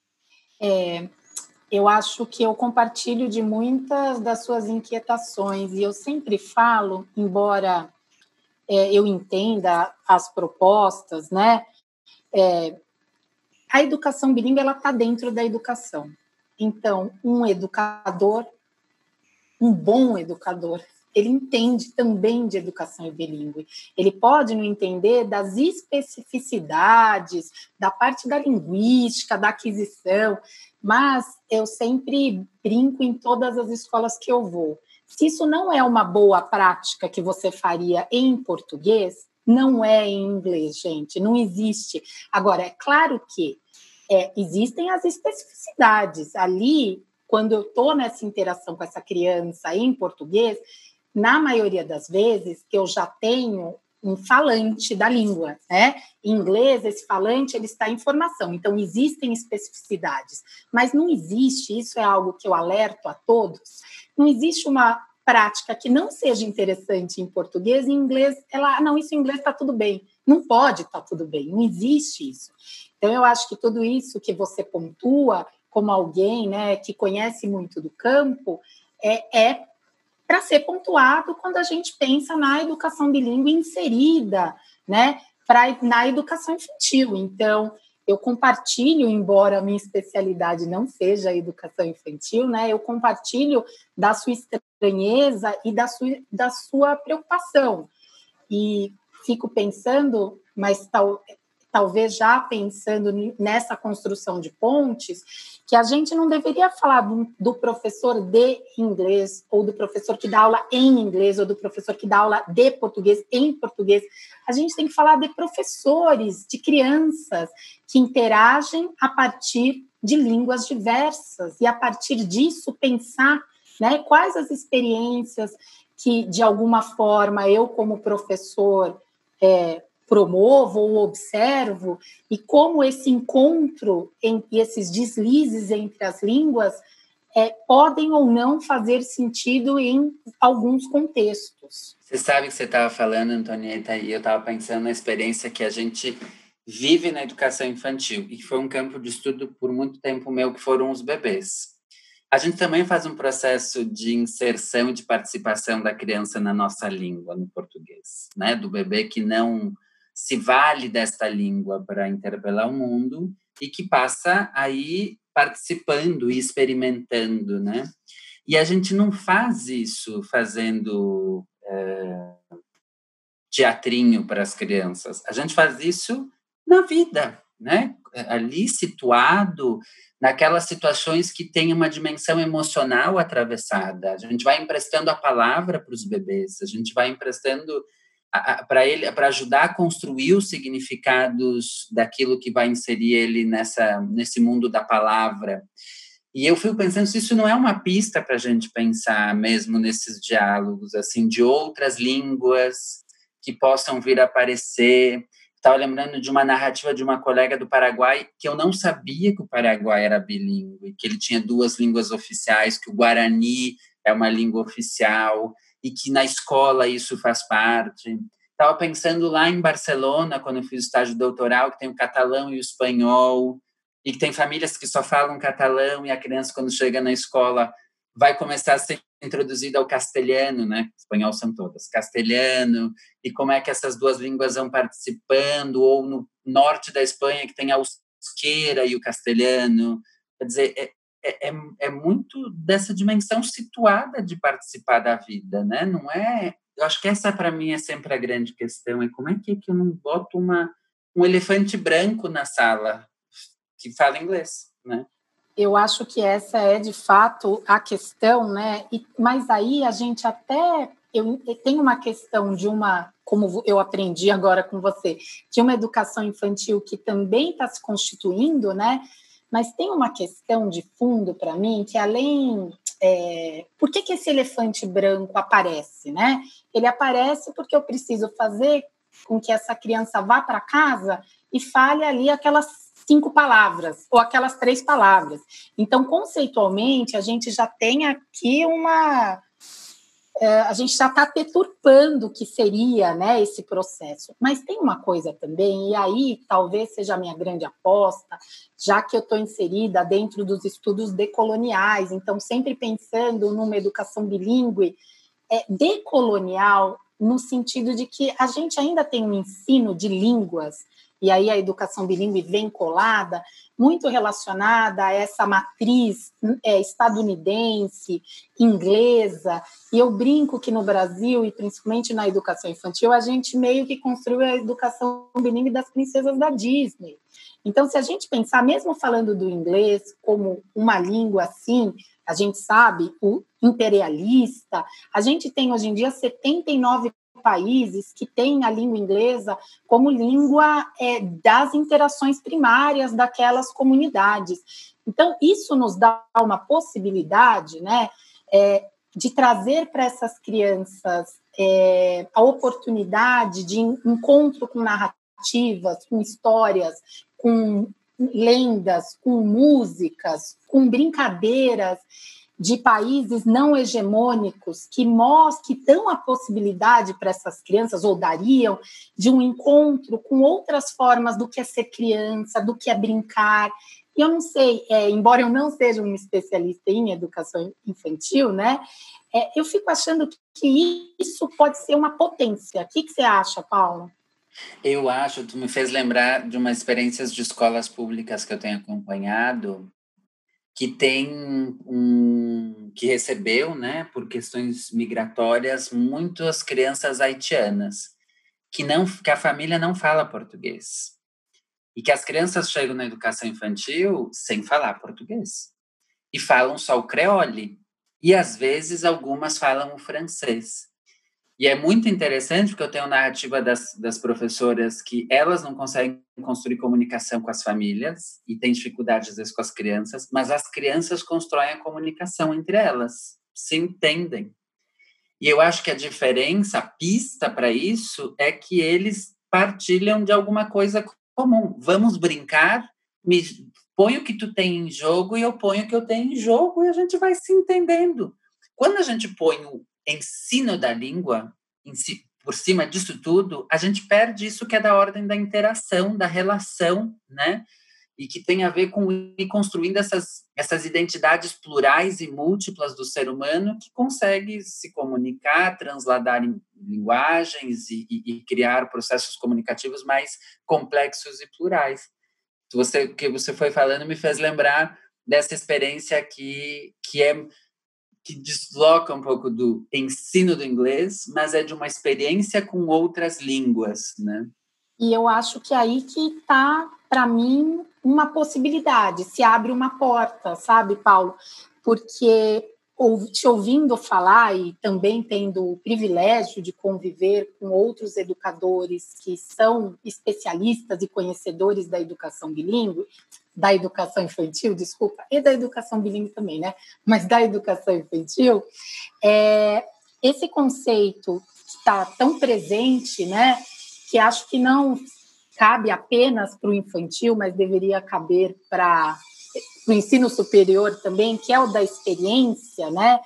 Eu acho que eu compartilho de muitas das suas inquietações e eu sempre falo, embora eu entenda as propostas, né? A educação bilíngue ela está dentro da educação. Então, um educador, um bom educador, ele entende também de educação bilíngue. Ele pode não entender das especificidades, da parte da linguística, da aquisição, mas eu sempre brinco em todas as escolas que eu vou. Se isso não é uma boa prática que você faria em português, não é em inglês, gente, não existe. Agora, é claro que existem as especificidades. Ali, quando eu estou nessa interação com essa criança em português, na maioria das vezes, eu já tenho um falante da língua, né? Em inglês, esse falante, ele está em formação. Então, existem especificidades. Mas não existe, isso é algo que eu alerto a todos, não existe uma prática que não seja interessante em português, em inglês, isso em inglês está tudo bem. Não pode estar tudo bem, não existe isso. Então, eu acho que tudo isso que você pontua, como alguém, né, que conhece muito do campo, é para ser pontuado quando a gente pensa na educação bilíngue inserida, né, na educação infantil. Então, eu compartilho, embora a minha especialidade não seja a educação infantil, né, eu compartilho da sua estranheza e da sua preocupação. E fico pensando, mas talvez já pensando nessa construção de pontes, que a gente não deveria falar do professor de inglês, ou do professor que dá aula em inglês, ou do professor que dá aula de português em português. A gente tem que falar de professores, de crianças que interagem a partir de línguas diversas, e a partir disso pensar, né, quais as experiências que, de alguma forma, eu como professor promovo ou observo, e como esse encontro e esses deslizes entre as línguas podem ou não fazer sentido em alguns contextos. Você sabe que você estava falando, Antonieta, e eu estava pensando na experiência que a gente vive na educação infantil, e que foi um campo de estudo por muito tempo meu, que foram os bebês. A gente também faz um processo de inserção e de participação da criança na nossa língua, no português, né? Do bebê que não se vale desta língua para interpelar o mundo e que passa aí participando e experimentando, né? E a gente não faz isso fazendo teatrinho para as crianças. A gente faz isso na vida, né? Ali situado naquelas situações que tem uma dimensão emocional atravessada. A gente vai emprestando a palavra para os bebês, a gente vai emprestando para ajudar a construir os significados daquilo que vai inserir ele nesse mundo da palavra. E eu fui pensando se isso não é uma pista para a gente pensar mesmo nesses diálogos assim, de outras línguas que possam vir a aparecer. Estava lembrando de uma narrativa de uma colega do Paraguai, que eu não sabia que o Paraguai era bilíngue, que ele tinha 2 línguas oficiais, que o Guarani é uma língua oficial, e que na escola isso faz parte. Estava pensando lá em Barcelona, quando eu fiz estágio doutoral, que tem o catalão e o espanhol, e que tem famílias que só falam catalão, e a criança, quando chega na escola, vai começar a ser introduzida ao castelhano, né? Espanhol são todas, castelhano, e como é que essas 2 línguas vão participando, ou no norte da Espanha, que tem a euskera e o castelhano. Quer dizer, é muito dessa dimensão situada de participar da vida, né? Não é... Eu acho que essa, para mim, é sempre a grande questão, é como é que eu não boto uma um elefante branco na sala que fala inglês, né? Eu acho que essa é, de fato, a questão, né? Mas aí a gente até... Eu tenho uma questão de uma, como eu aprendi agora com você, de uma educação infantil que também está se constituindo, né? Mas tem uma questão de fundo para mim que além... por que esse elefante branco aparece, né? Ele aparece porque eu preciso fazer com que essa criança vá para casa e fale ali aquelas 5 palavras, ou aquelas 3 palavras. Então, conceitualmente, a gente já tem aqui a gente já está deturpando o que seria, né, esse processo. Mas tem uma coisa também, e aí talvez seja a minha grande aposta, já que eu estou inserida dentro dos estudos decoloniais, então sempre pensando numa educação bilíngue, decolonial, no sentido de que a gente ainda tem um ensino de línguas, e aí a educação bilíngue vem colada, muito relacionada a essa matriz estadunidense, inglesa, e eu brinco que no Brasil, e principalmente na educação infantil, a gente meio que construiu a educação bilíngue das princesas da Disney. Então, se a gente pensar, mesmo falando do inglês como uma língua assim, a gente sabe, o imperialista, a gente tem hoje em dia 79 países que têm a língua inglesa como língua das interações primárias daquelas comunidades. Então, isso nos dá uma possibilidade, né, de trazer para essas crianças a oportunidade de encontro com narrativas, com histórias, com lendas, com músicas, com brincadeiras de países não hegemônicos que dão a possibilidade para essas crianças, ou dariam, de um encontro com outras formas do que é ser criança, do que é brincar. E eu não sei, embora eu não seja uma especialista em educação infantil, né, eu fico achando que isso pode ser uma potência. O que você acha, Paulo? Eu acho, tu me fez lembrar de umas experiências de escolas públicas que eu tenho acompanhado, que que recebeu, né, por questões migratórias, muitas crianças haitianas, que a família não fala português. E que as crianças chegam na educação infantil sem falar português. E falam só o creole. E, às vezes, algumas falam o francês. E é muito interessante, porque eu tenho a narrativa das professoras que elas não conseguem construir comunicação com as famílias e têm dificuldade, às vezes, com as crianças, mas as crianças constroem a comunicação entre elas, se entendem. E eu acho que a diferença, a pista para isso, é que eles partilham de alguma coisa comum. Vamos brincar, põe o que tu tem em jogo e eu ponho o que eu tenho em jogo e a gente vai se entendendo. Quando a gente põe o ensino da língua por cima disso tudo, a gente perde isso que é da ordem da interação, da relação, né? E que tem a ver com ir construindo essas identidades plurais e múltiplas do ser humano que consegue se comunicar, transladar em linguagens e criar processos comunicativos mais complexos e plurais. O que você foi falando me fez lembrar dessa experiência que desloca um pouco do ensino do inglês, mas é de uma experiência com outras línguas, né? E eu acho que aí que está, para mim, uma possibilidade, se abre uma porta, sabe, Paulo? Porque te ouvindo falar e também tendo o privilégio de conviver com outros educadores que são especialistas e conhecedores da educação bilíngue, da educação infantil, desculpa, e da educação bilíngue também, né? Mas da educação infantil, esse conceito que está tão presente, né? Que acho que não cabe apenas para o infantil, mas deveria caber para o ensino superior também, que é o da experiência, né?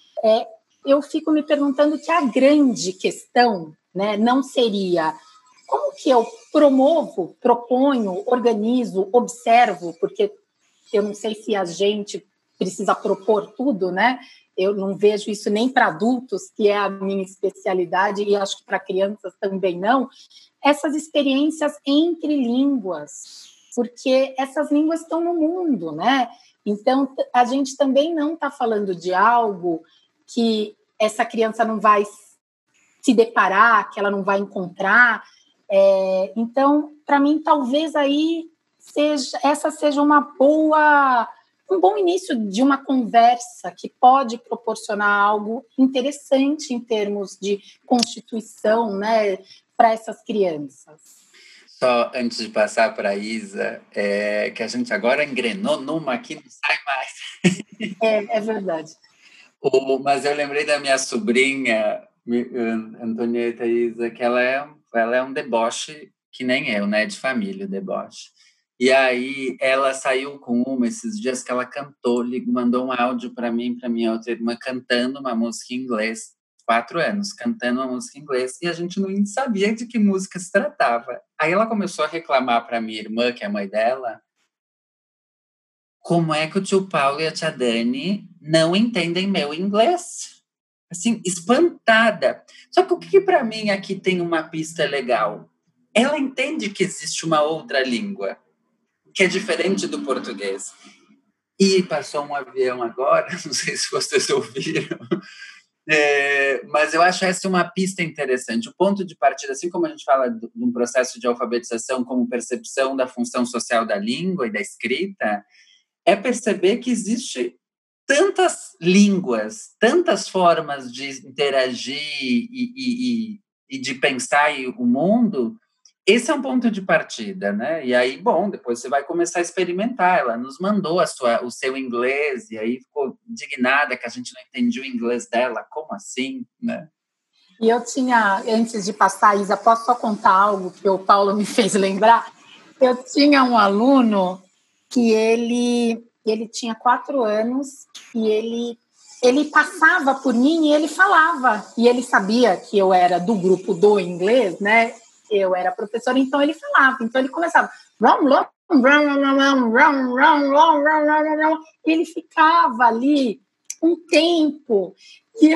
Eu fico me perguntando que a grande questão, né, não seria como que eu proponho, organizo, observo, porque eu não sei se a gente precisa propor tudo, né? Eu não vejo isso nem para adultos, que é a minha especialidade, e acho que para crianças também não, essas experiências entre línguas, porque essas línguas estão no mundo, né? Então, a gente também não está falando de algo que essa criança não vai se deparar, que ela não vai encontrar. Então, para mim, talvez aí essa seja um bom início de uma conversa que pode proporcionar algo interessante em termos de constituição, né, para essas crianças. Só antes de passar para a Isa, que a gente agora engrenou numa que não sai mais. É verdade. Mas eu lembrei da minha sobrinha, Antonieta Isa, que ela é um deboche que nem eu, né? De família, deboche. E aí ela saiu com esses dias que ela cantou, mandou um áudio para mim, para minha outra irmã, cantando uma música em inglês, 4 anos, cantando uma música em inglês, e a gente não sabia de que música se tratava. Aí ela começou a reclamar para minha irmã, que é a mãe dela, como é que o tio Paulo e a tia Dani não entendem meu inglês? Assim, espantada. Só que o que para mim aqui tem uma pista legal? Ela entende que existe uma outra língua, que é diferente do português. E passou um avião agora, não sei se vocês ouviram, mas eu acho essa uma pista interessante. O ponto de partida, assim como a gente fala de um processo de alfabetização como percepção da função social da língua e da escrita, é perceber que existe tantas línguas, tantas formas de interagir e de pensar o mundo. Esse é um ponto de partida, né? E aí, bom, depois você vai começar a experimentar. Ela nos mandou o seu inglês e aí ficou indignada que a gente não entendia o inglês dela. Como assim, né? E eu tinha, antes de passar, Isa, posso só contar algo que o Paulo me fez lembrar? Eu tinha um aluno que ele tinha 4 anos e ele passava por mim e ele falava. E ele sabia que eu era do grupo do inglês, né? Eu era professora, então ele falava. Então ele começava... E ele ficava ali um tempo. E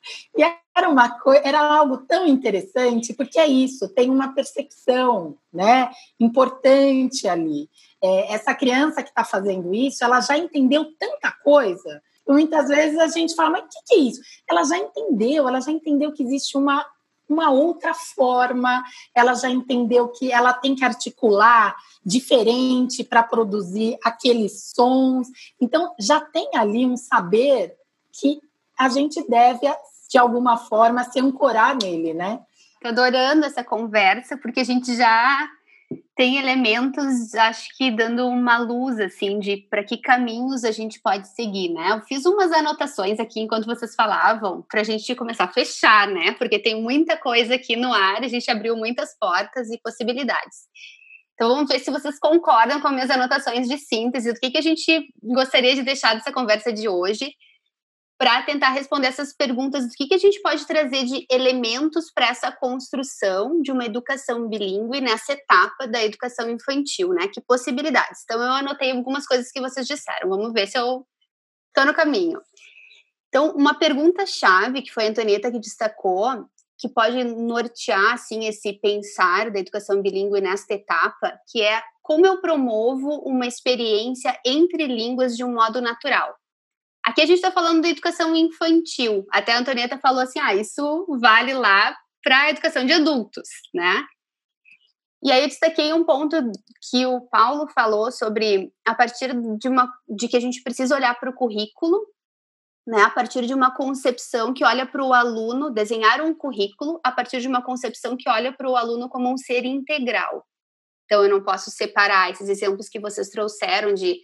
era algo tão interessante, porque é isso, tem uma percepção, né, importante ali. Essa criança que está fazendo isso, ela já entendeu tanta coisa. E muitas vezes a gente fala, mas o que é isso? Ela já entendeu que existe uma outra forma, ela já entendeu que ela tem que articular diferente para produzir aqueles sons. Então, já tem ali um saber que a gente deve, de alguma forma, se ancorar nele, né? Tô adorando essa conversa, porque a gente já tem elementos, acho que dando uma luz, assim, de para que caminhos a gente pode seguir, né? Eu fiz umas anotações aqui enquanto vocês falavam, para a gente começar a fechar, né? Porque tem muita coisa aqui no ar, a gente abriu muitas portas e possibilidades. Então, vamos ver se vocês concordam com as minhas anotações de síntese, do que a gente gostaria de deixar dessa conversa de hoje, para tentar responder essas perguntas do que a gente pode trazer de elementos para essa construção de uma educação bilíngue nessa etapa da educação infantil, né? Que possibilidades. Então, eu anotei algumas coisas que vocês disseram. Vamos ver se eu estou no caminho. Então, uma pergunta-chave, que foi a Antonieta que destacou, que pode nortear, assim, esse pensar da educação bilíngue nesta etapa, que é como eu promovo uma experiência entre línguas de um modo natural. Aqui a gente está falando da educação infantil. Até a Antonieta falou assim, isso vale lá para a educação de adultos, né? E aí eu destaquei um ponto que o Paulo falou sobre, a partir de que a gente precisa olhar para o currículo, né? A partir de uma concepção que olha para o aluno, desenhar um currículo a partir de uma concepção que olha para o aluno como um ser integral. Então, eu não posso separar esses exemplos que vocês trouxeram de...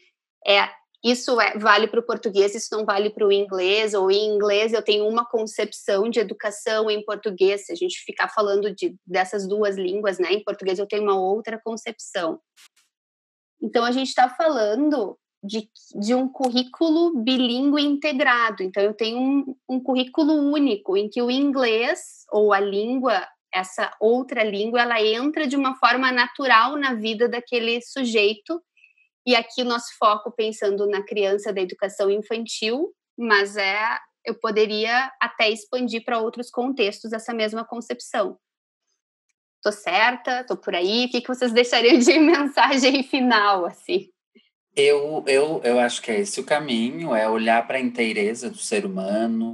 isso vale para o português, isso não vale para o inglês, ou em inglês eu tenho uma concepção de educação, em português, se a gente ficar falando dessas duas línguas, né, em português eu tenho uma outra concepção. Então, a gente está falando de um currículo bilíngue integrado, então eu tenho um currículo único, em que o inglês, ou a língua, essa outra língua, ela entra de uma forma natural na vida daquele sujeito. E aqui o nosso foco pensando na criança da educação infantil, mas eu poderia até expandir para outros contextos essa mesma concepção. Tô certa? Tô por aí? O que vocês deixariam de mensagem final, assim? Eu acho que é esse o caminho, é olhar para a inteireza do ser humano,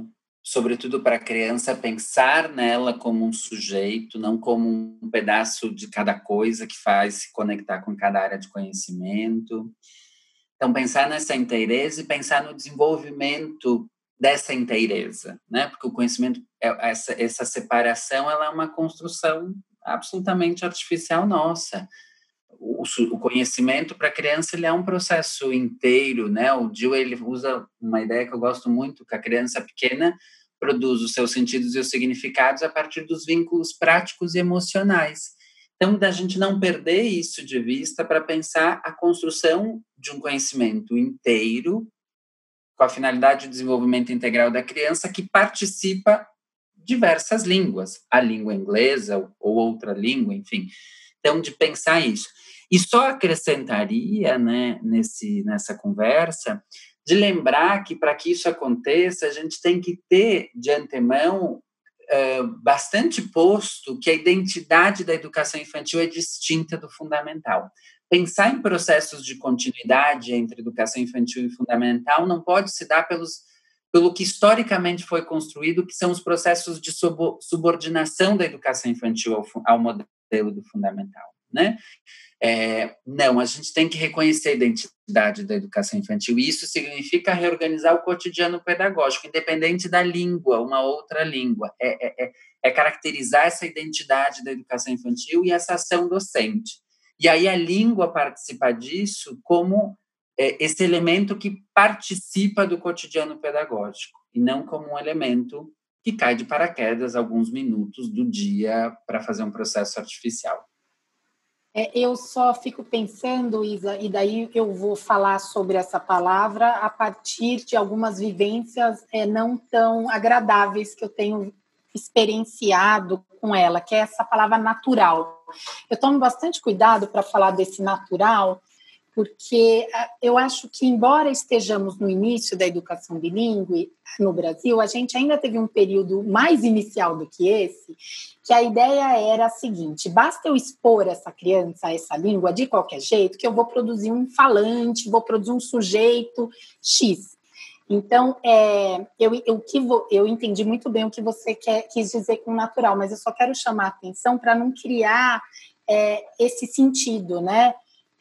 sobretudo para a criança, pensar nela como um sujeito, não como um pedaço de cada coisa que faz se conectar com cada área de conhecimento. Então, pensar nessa inteireza e pensar no desenvolvimento dessa inteireza, né? Porque o conhecimento, essa separação, ela é uma construção absolutamente artificial nossa. O conhecimento para a criança, ele é um processo inteiro, né? O Gil, ele usa uma ideia que eu gosto muito, que a criança pequena produz os seus sentidos e os significados a partir dos vínculos práticos e emocionais. Então, da gente não perder isso de vista para pensar a construção de um conhecimento inteiro, com a finalidade de desenvolvimento integral da criança, que participa diversas línguas, a língua inglesa ou outra língua, enfim. Então, de pensar isso. E só acrescentaria, né, nessa conversa, de lembrar que, para que isso aconteça, a gente tem que ter, de antemão, bastante posto que a identidade da educação infantil é distinta do fundamental. Pensar em processos de continuidade entre educação infantil e fundamental não pode se dar pelo que historicamente foi construído, que são os processos de subordinação da educação infantil ao modelo do fundamental, né? Não, a gente tem que reconhecer a identidade da educação infantil, e isso significa reorganizar o cotidiano pedagógico, independente da língua, uma outra língua. É caracterizar essa identidade da educação infantil e essa ação docente. E aí a língua participa disso como esse elemento que participa do cotidiano pedagógico, e não como um elemento que cai de paraquedas alguns minutos do dia para fazer um processo artificial. Eu só fico pensando, Isa, e daí eu vou falar sobre essa palavra a partir de algumas vivências não tão agradáveis que eu tenho experienciado com ela, que é essa palavra natural. Eu tomo bastante cuidado para falar desse natural, porque eu acho que, embora estejamos no início da educação bilíngue no Brasil, a gente ainda teve um período mais inicial do que esse, que a ideia era a seguinte: basta eu expor essa criança a essa língua de qualquer jeito, que eu vou produzir um falante, vou produzir um sujeito X. Então, eu entendi muito bem o que você quis dizer com natural, mas eu só quero chamar a atenção para não criar esse sentido, né?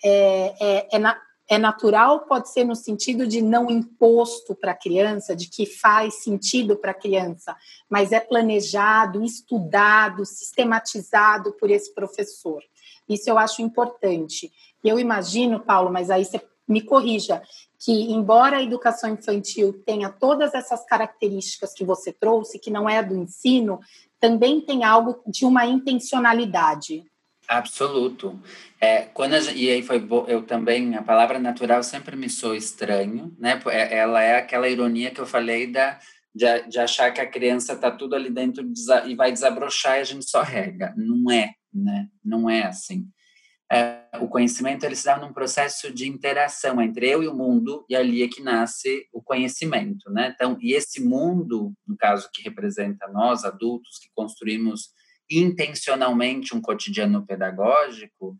Natural pode ser no sentido de não imposto para a criança, de que faz sentido para a criança, mas é planejado, estudado, sistematizado por esse professor. Isso eu acho importante. E eu imagino, Paulo, mas aí você me corrija, que embora a educação infantil tenha todas essas características que você trouxe, que não é do ensino, também tem algo de uma intencionalidade. Absoluto. E aí eu também, a palavra natural sempre me soa estranho, né? Ela é aquela ironia que eu falei de achar que a criança está tudo ali dentro e vai desabrochar e a gente só rega. Não é, né? Não é assim. O conhecimento, ele se dá num processo de interação entre eu e o mundo, e ali é que nasce o conhecimento, né? Então, e esse mundo, no caso que representa nós, adultos, que construímos intencionalmente um cotidiano pedagógico,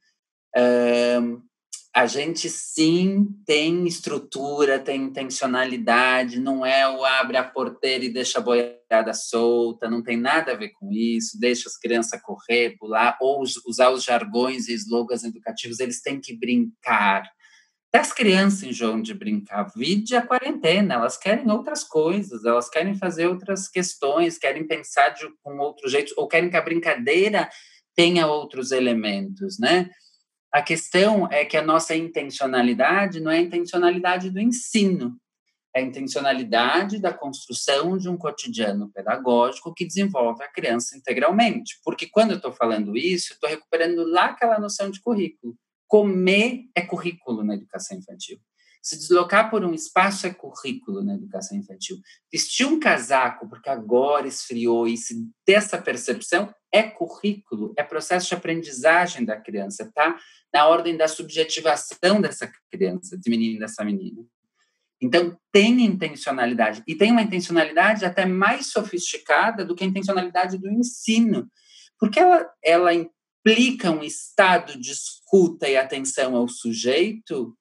a gente sim tem estrutura, tem intencionalidade, não é o abre a porteira e deixa a boiada solta, não tem nada a ver com isso, deixa as crianças correr, pular, ou usar os jargões e slogans educativos, eles têm que brincar. As crianças enjoam de brincar, vide a quarentena, elas querem outras coisas, elas querem fazer outras questões, querem pensar com outro jeito, ou querem que a brincadeira tenha outros elementos, né? A questão é que a nossa intencionalidade não é a intencionalidade do ensino, é a intencionalidade da construção de um cotidiano pedagógico que desenvolve a criança integralmente. Porque quando eu estou falando isso, estou recuperando lá aquela noção de currículo. Comer é currículo na educação infantil. Se deslocar por um espaço é currículo na educação infantil. Vestir um casaco porque agora esfriou e se ter essa percepção é currículo, é processo de aprendizagem da criança, tá? Na ordem da subjetivação dessa criança, desse menino e dessa menina. Então, tem intencionalidade. E tem uma intencionalidade até mais sofisticada do que a intencionalidade do ensino. Porque ela implica um estado de escuta e atenção ao sujeito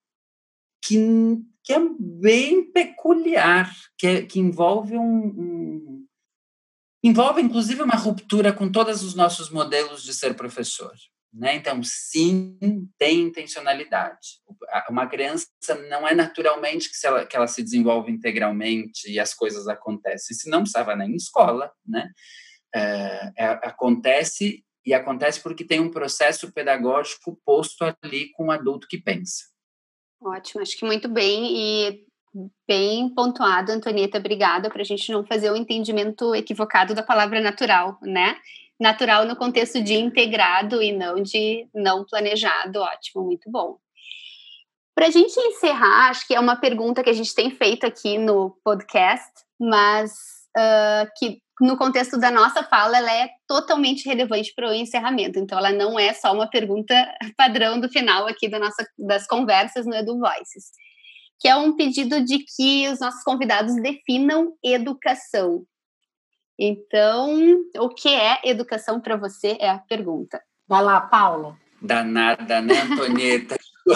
que é bem peculiar, que envolve envolve, inclusive, uma ruptura com todos os nossos modelos de ser professor, né? Então, sim, tem intencionalidade. Uma criança não é naturalmente que ela se desenvolve integralmente e as coisas acontecem, se não precisava nem em escola, né? Acontece porque tem um processo pedagógico posto ali com um adulto que pensa. Ótimo, acho que muito bem e bem pontuado, Antonieta, obrigada, para a gente não fazer o entendimento equivocado da palavra natural, né? Natural no contexto de integrado e não de não planejado, ótimo, muito bom. Para a gente encerrar, acho que é uma pergunta que a gente tem feito aqui no podcast, mas que no contexto da nossa fala, ela é totalmente relevante para o encerramento. Então, ela não é só uma pergunta padrão do final aqui das conversas no Edu Voices, que é um pedido de que os nossos convidados definam educação. Então, o que é educação para você é a pergunta. Vai lá, Paulo. Danada, né, Antonieta?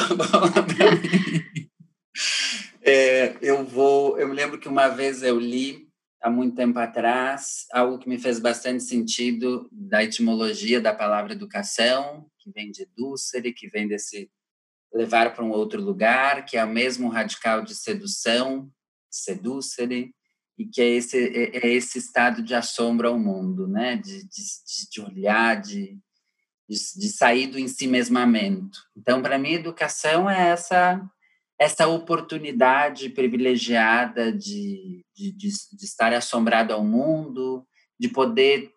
Eu me lembro que uma vez eu li, há muito tempo atrás, algo que me fez bastante sentido da etimologia da palavra educação, que vem de educere, que vem desse levar para um outro lugar, que é o mesmo radical de sedução, seducere, e que é esse estado de assombro ao mundo, né? De olhar, de sair do ensimesmamento. Então, para mim, educação é essa oportunidade privilegiada de estar assombrado ao mundo, de poder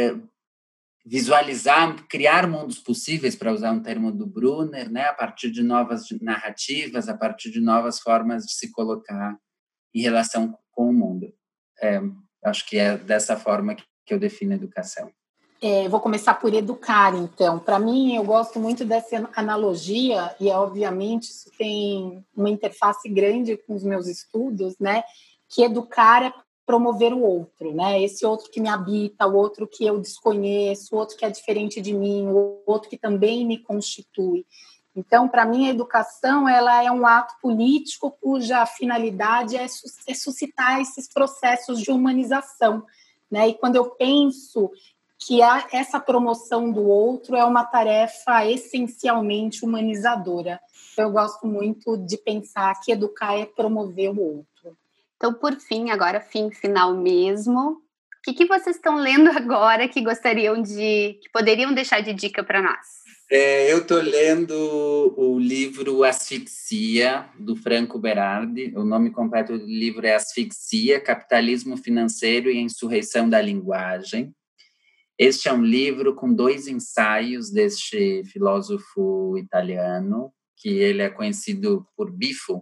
visualizar, criar mundos possíveis, para usar um termo do Brunner, né, a partir de novas narrativas, a partir de novas formas de se colocar em relação com o mundo. Acho que é dessa forma que eu defino a educação. Vou começar por educar, então. Para mim, eu gosto muito dessa analogia, e obviamente isso tem uma interface grande com os meus estudos, né? Que educar é promover o outro, né? Esse outro que me habita, o outro que eu desconheço, o outro que é diferente de mim, o outro que também me constitui. Então, para mim, a educação ela é um ato político cuja finalidade é suscitar esses processos de humanização, né? E quando eu penso que essa promoção do outro é uma tarefa essencialmente humanizadora. Então, eu gosto muito de pensar que educar é promover o outro. Então, por fim, agora final mesmo, o que vocês estão lendo agora que que poderiam deixar de dica para nós? Eu estou lendo o livro Asfixia, do Franco Berardi. O nome completo do livro é Asfixia, Capitalismo Financeiro e a Insurreição da Linguagem. Este é um livro com 2 ensaios deste filósofo italiano, que ele é conhecido por Bifo,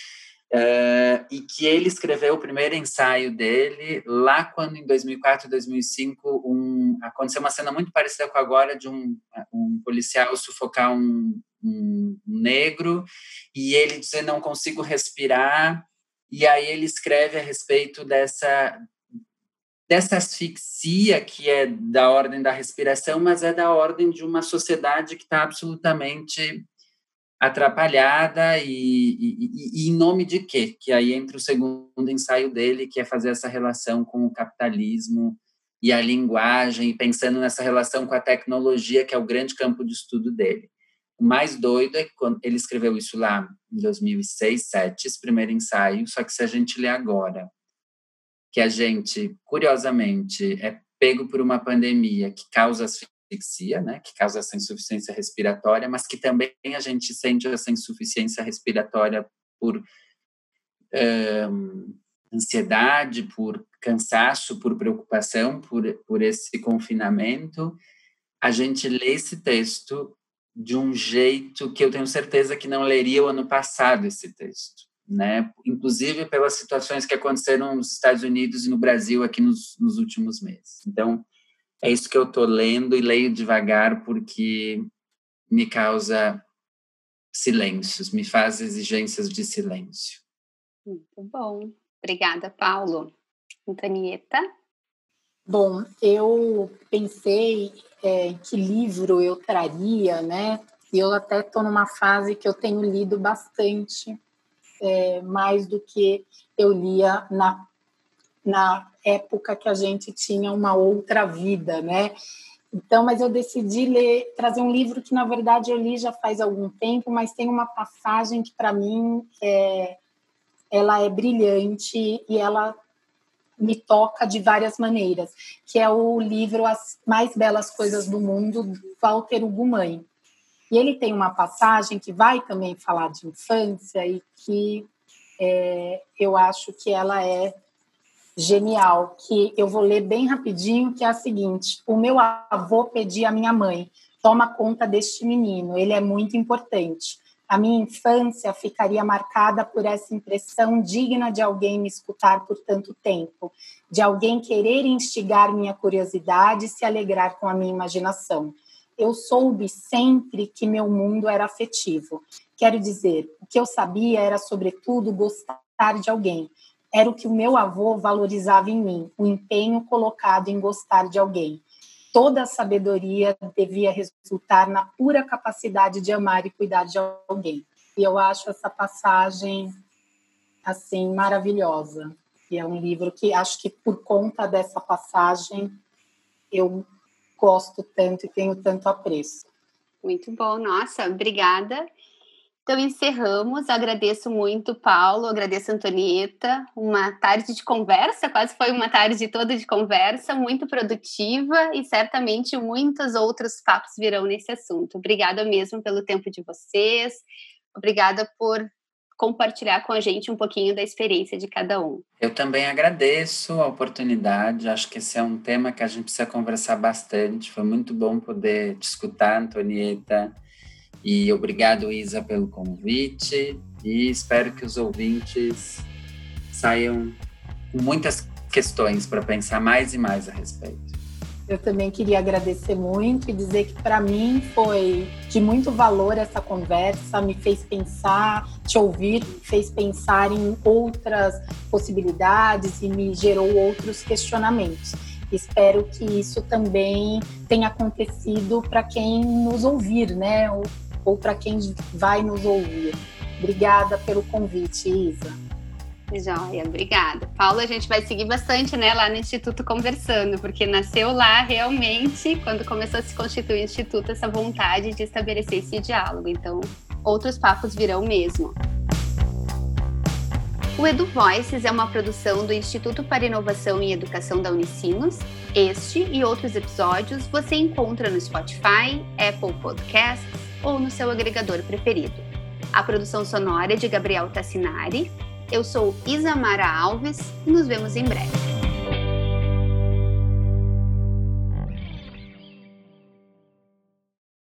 e que ele escreveu o primeiro ensaio dele lá quando, em 2004, 2005, aconteceu uma cena muito parecida com agora, de um policial sufocar um negro, e ele dizer, não consigo respirar, e aí ele escreve a respeito dessa asfixia que é da ordem da respiração, mas é da ordem de uma sociedade que está absolutamente atrapalhada e em nome de quê? Que aí entra o segundo ensaio dele, que é fazer essa relação com o capitalismo e a linguagem, pensando nessa relação com a tecnologia, que é o grande campo de estudo dele. O mais doido é que quando ele escreveu isso lá em 2006, 2007, esse primeiro ensaio, só que se a gente ler agora, que a gente, curiosamente, é pego por uma pandemia que causa asfixia, né, que causa essa insuficiência respiratória, mas que também a gente sente essa insuficiência respiratória por ansiedade, por cansaço, por preocupação, por esse confinamento. A gente lê esse texto de um jeito que eu tenho certeza que não leria o ano passado esse texto, né? Inclusive pelas situações que aconteceram nos Estados Unidos e no Brasil aqui nos últimos meses. Então, é isso que eu estou lendo e leio devagar porque me causa silêncios, me faz exigências de silêncio. Muito bom. Obrigada, Paulo. Antonieta? Bom, eu pensei em que livro eu traria, né? E eu até estou numa fase que eu tenho lido bastante, mais do que eu lia na época que a gente tinha uma outra vida, né? Então, mas eu decidi trazer um livro que, na verdade, eu li já faz algum tempo, mas tem uma passagem que, para mim, ela é brilhante e ela me toca de várias maneiras, que é o livro As Mais Belas Coisas do Mundo, do Walter Ugumãe. E ele tem uma passagem que vai também falar de infância e que eu acho que ela é genial, que eu vou ler bem rapidinho, que é a seguinte: o meu avô pedia à minha mãe, toma conta deste menino, ele é muito importante. A minha infância ficaria marcada por essa impressão digna de alguém me escutar por tanto tempo, de alguém querer instigar minha curiosidade e se alegrar com a minha imaginação. Eu soube sempre que meu mundo era afetivo. Quero dizer, o que eu sabia era, sobretudo, gostar de alguém. Era o que o meu avô valorizava em mim, o empenho colocado em gostar de alguém. Toda a sabedoria devia resultar na pura capacidade de amar e cuidar de alguém. E eu acho essa passagem, assim, maravilhosa. E é um livro que acho que, por conta dessa passagem, eu gosto tanto e tenho tanto apreço. Muito bom, nossa, obrigada. Então, encerramos. Agradeço muito, Paulo, agradeço a Antonieta. Uma tarde de conversa, quase foi uma tarde toda de conversa, muito produtiva e certamente muitos outros papos virão nesse assunto. Obrigada mesmo pelo tempo de vocês. Obrigada por compartilhar com a gente um pouquinho da experiência de cada um. Eu também agradeço a oportunidade. Acho que esse é um tema que a gente precisa conversar bastante. Foi muito bom poder te escutar, Antonieta. E obrigado, Isa, pelo convite, e espero que os ouvintes saiam com muitas questões para pensar mais e mais a respeito. Eu também queria agradecer muito e dizer que, para mim, foi de muito valor essa conversa, me fez pensar, te ouvir, fez pensar em outras possibilidades e me gerou outros questionamentos. Espero que isso também tenha acontecido para quem nos ouvir, né? Ou para quem vai nos ouvir. Obrigada pelo convite, Isa. Joia, obrigada. Paulo, a gente vai seguir bastante, né, lá no Instituto conversando, porque nasceu lá realmente, quando começou a se constituir o Instituto, essa vontade de estabelecer esse diálogo. Então, outros papos virão mesmo. O Edu Voices é uma produção do Instituto para Inovação e Educação da Unicinos. Este e outros episódios você encontra no Spotify, Apple Podcasts ou no seu agregador preferido. A produção sonora é de Gabriel Tassinari. Eu sou Isamara Alves e nos vemos em breve.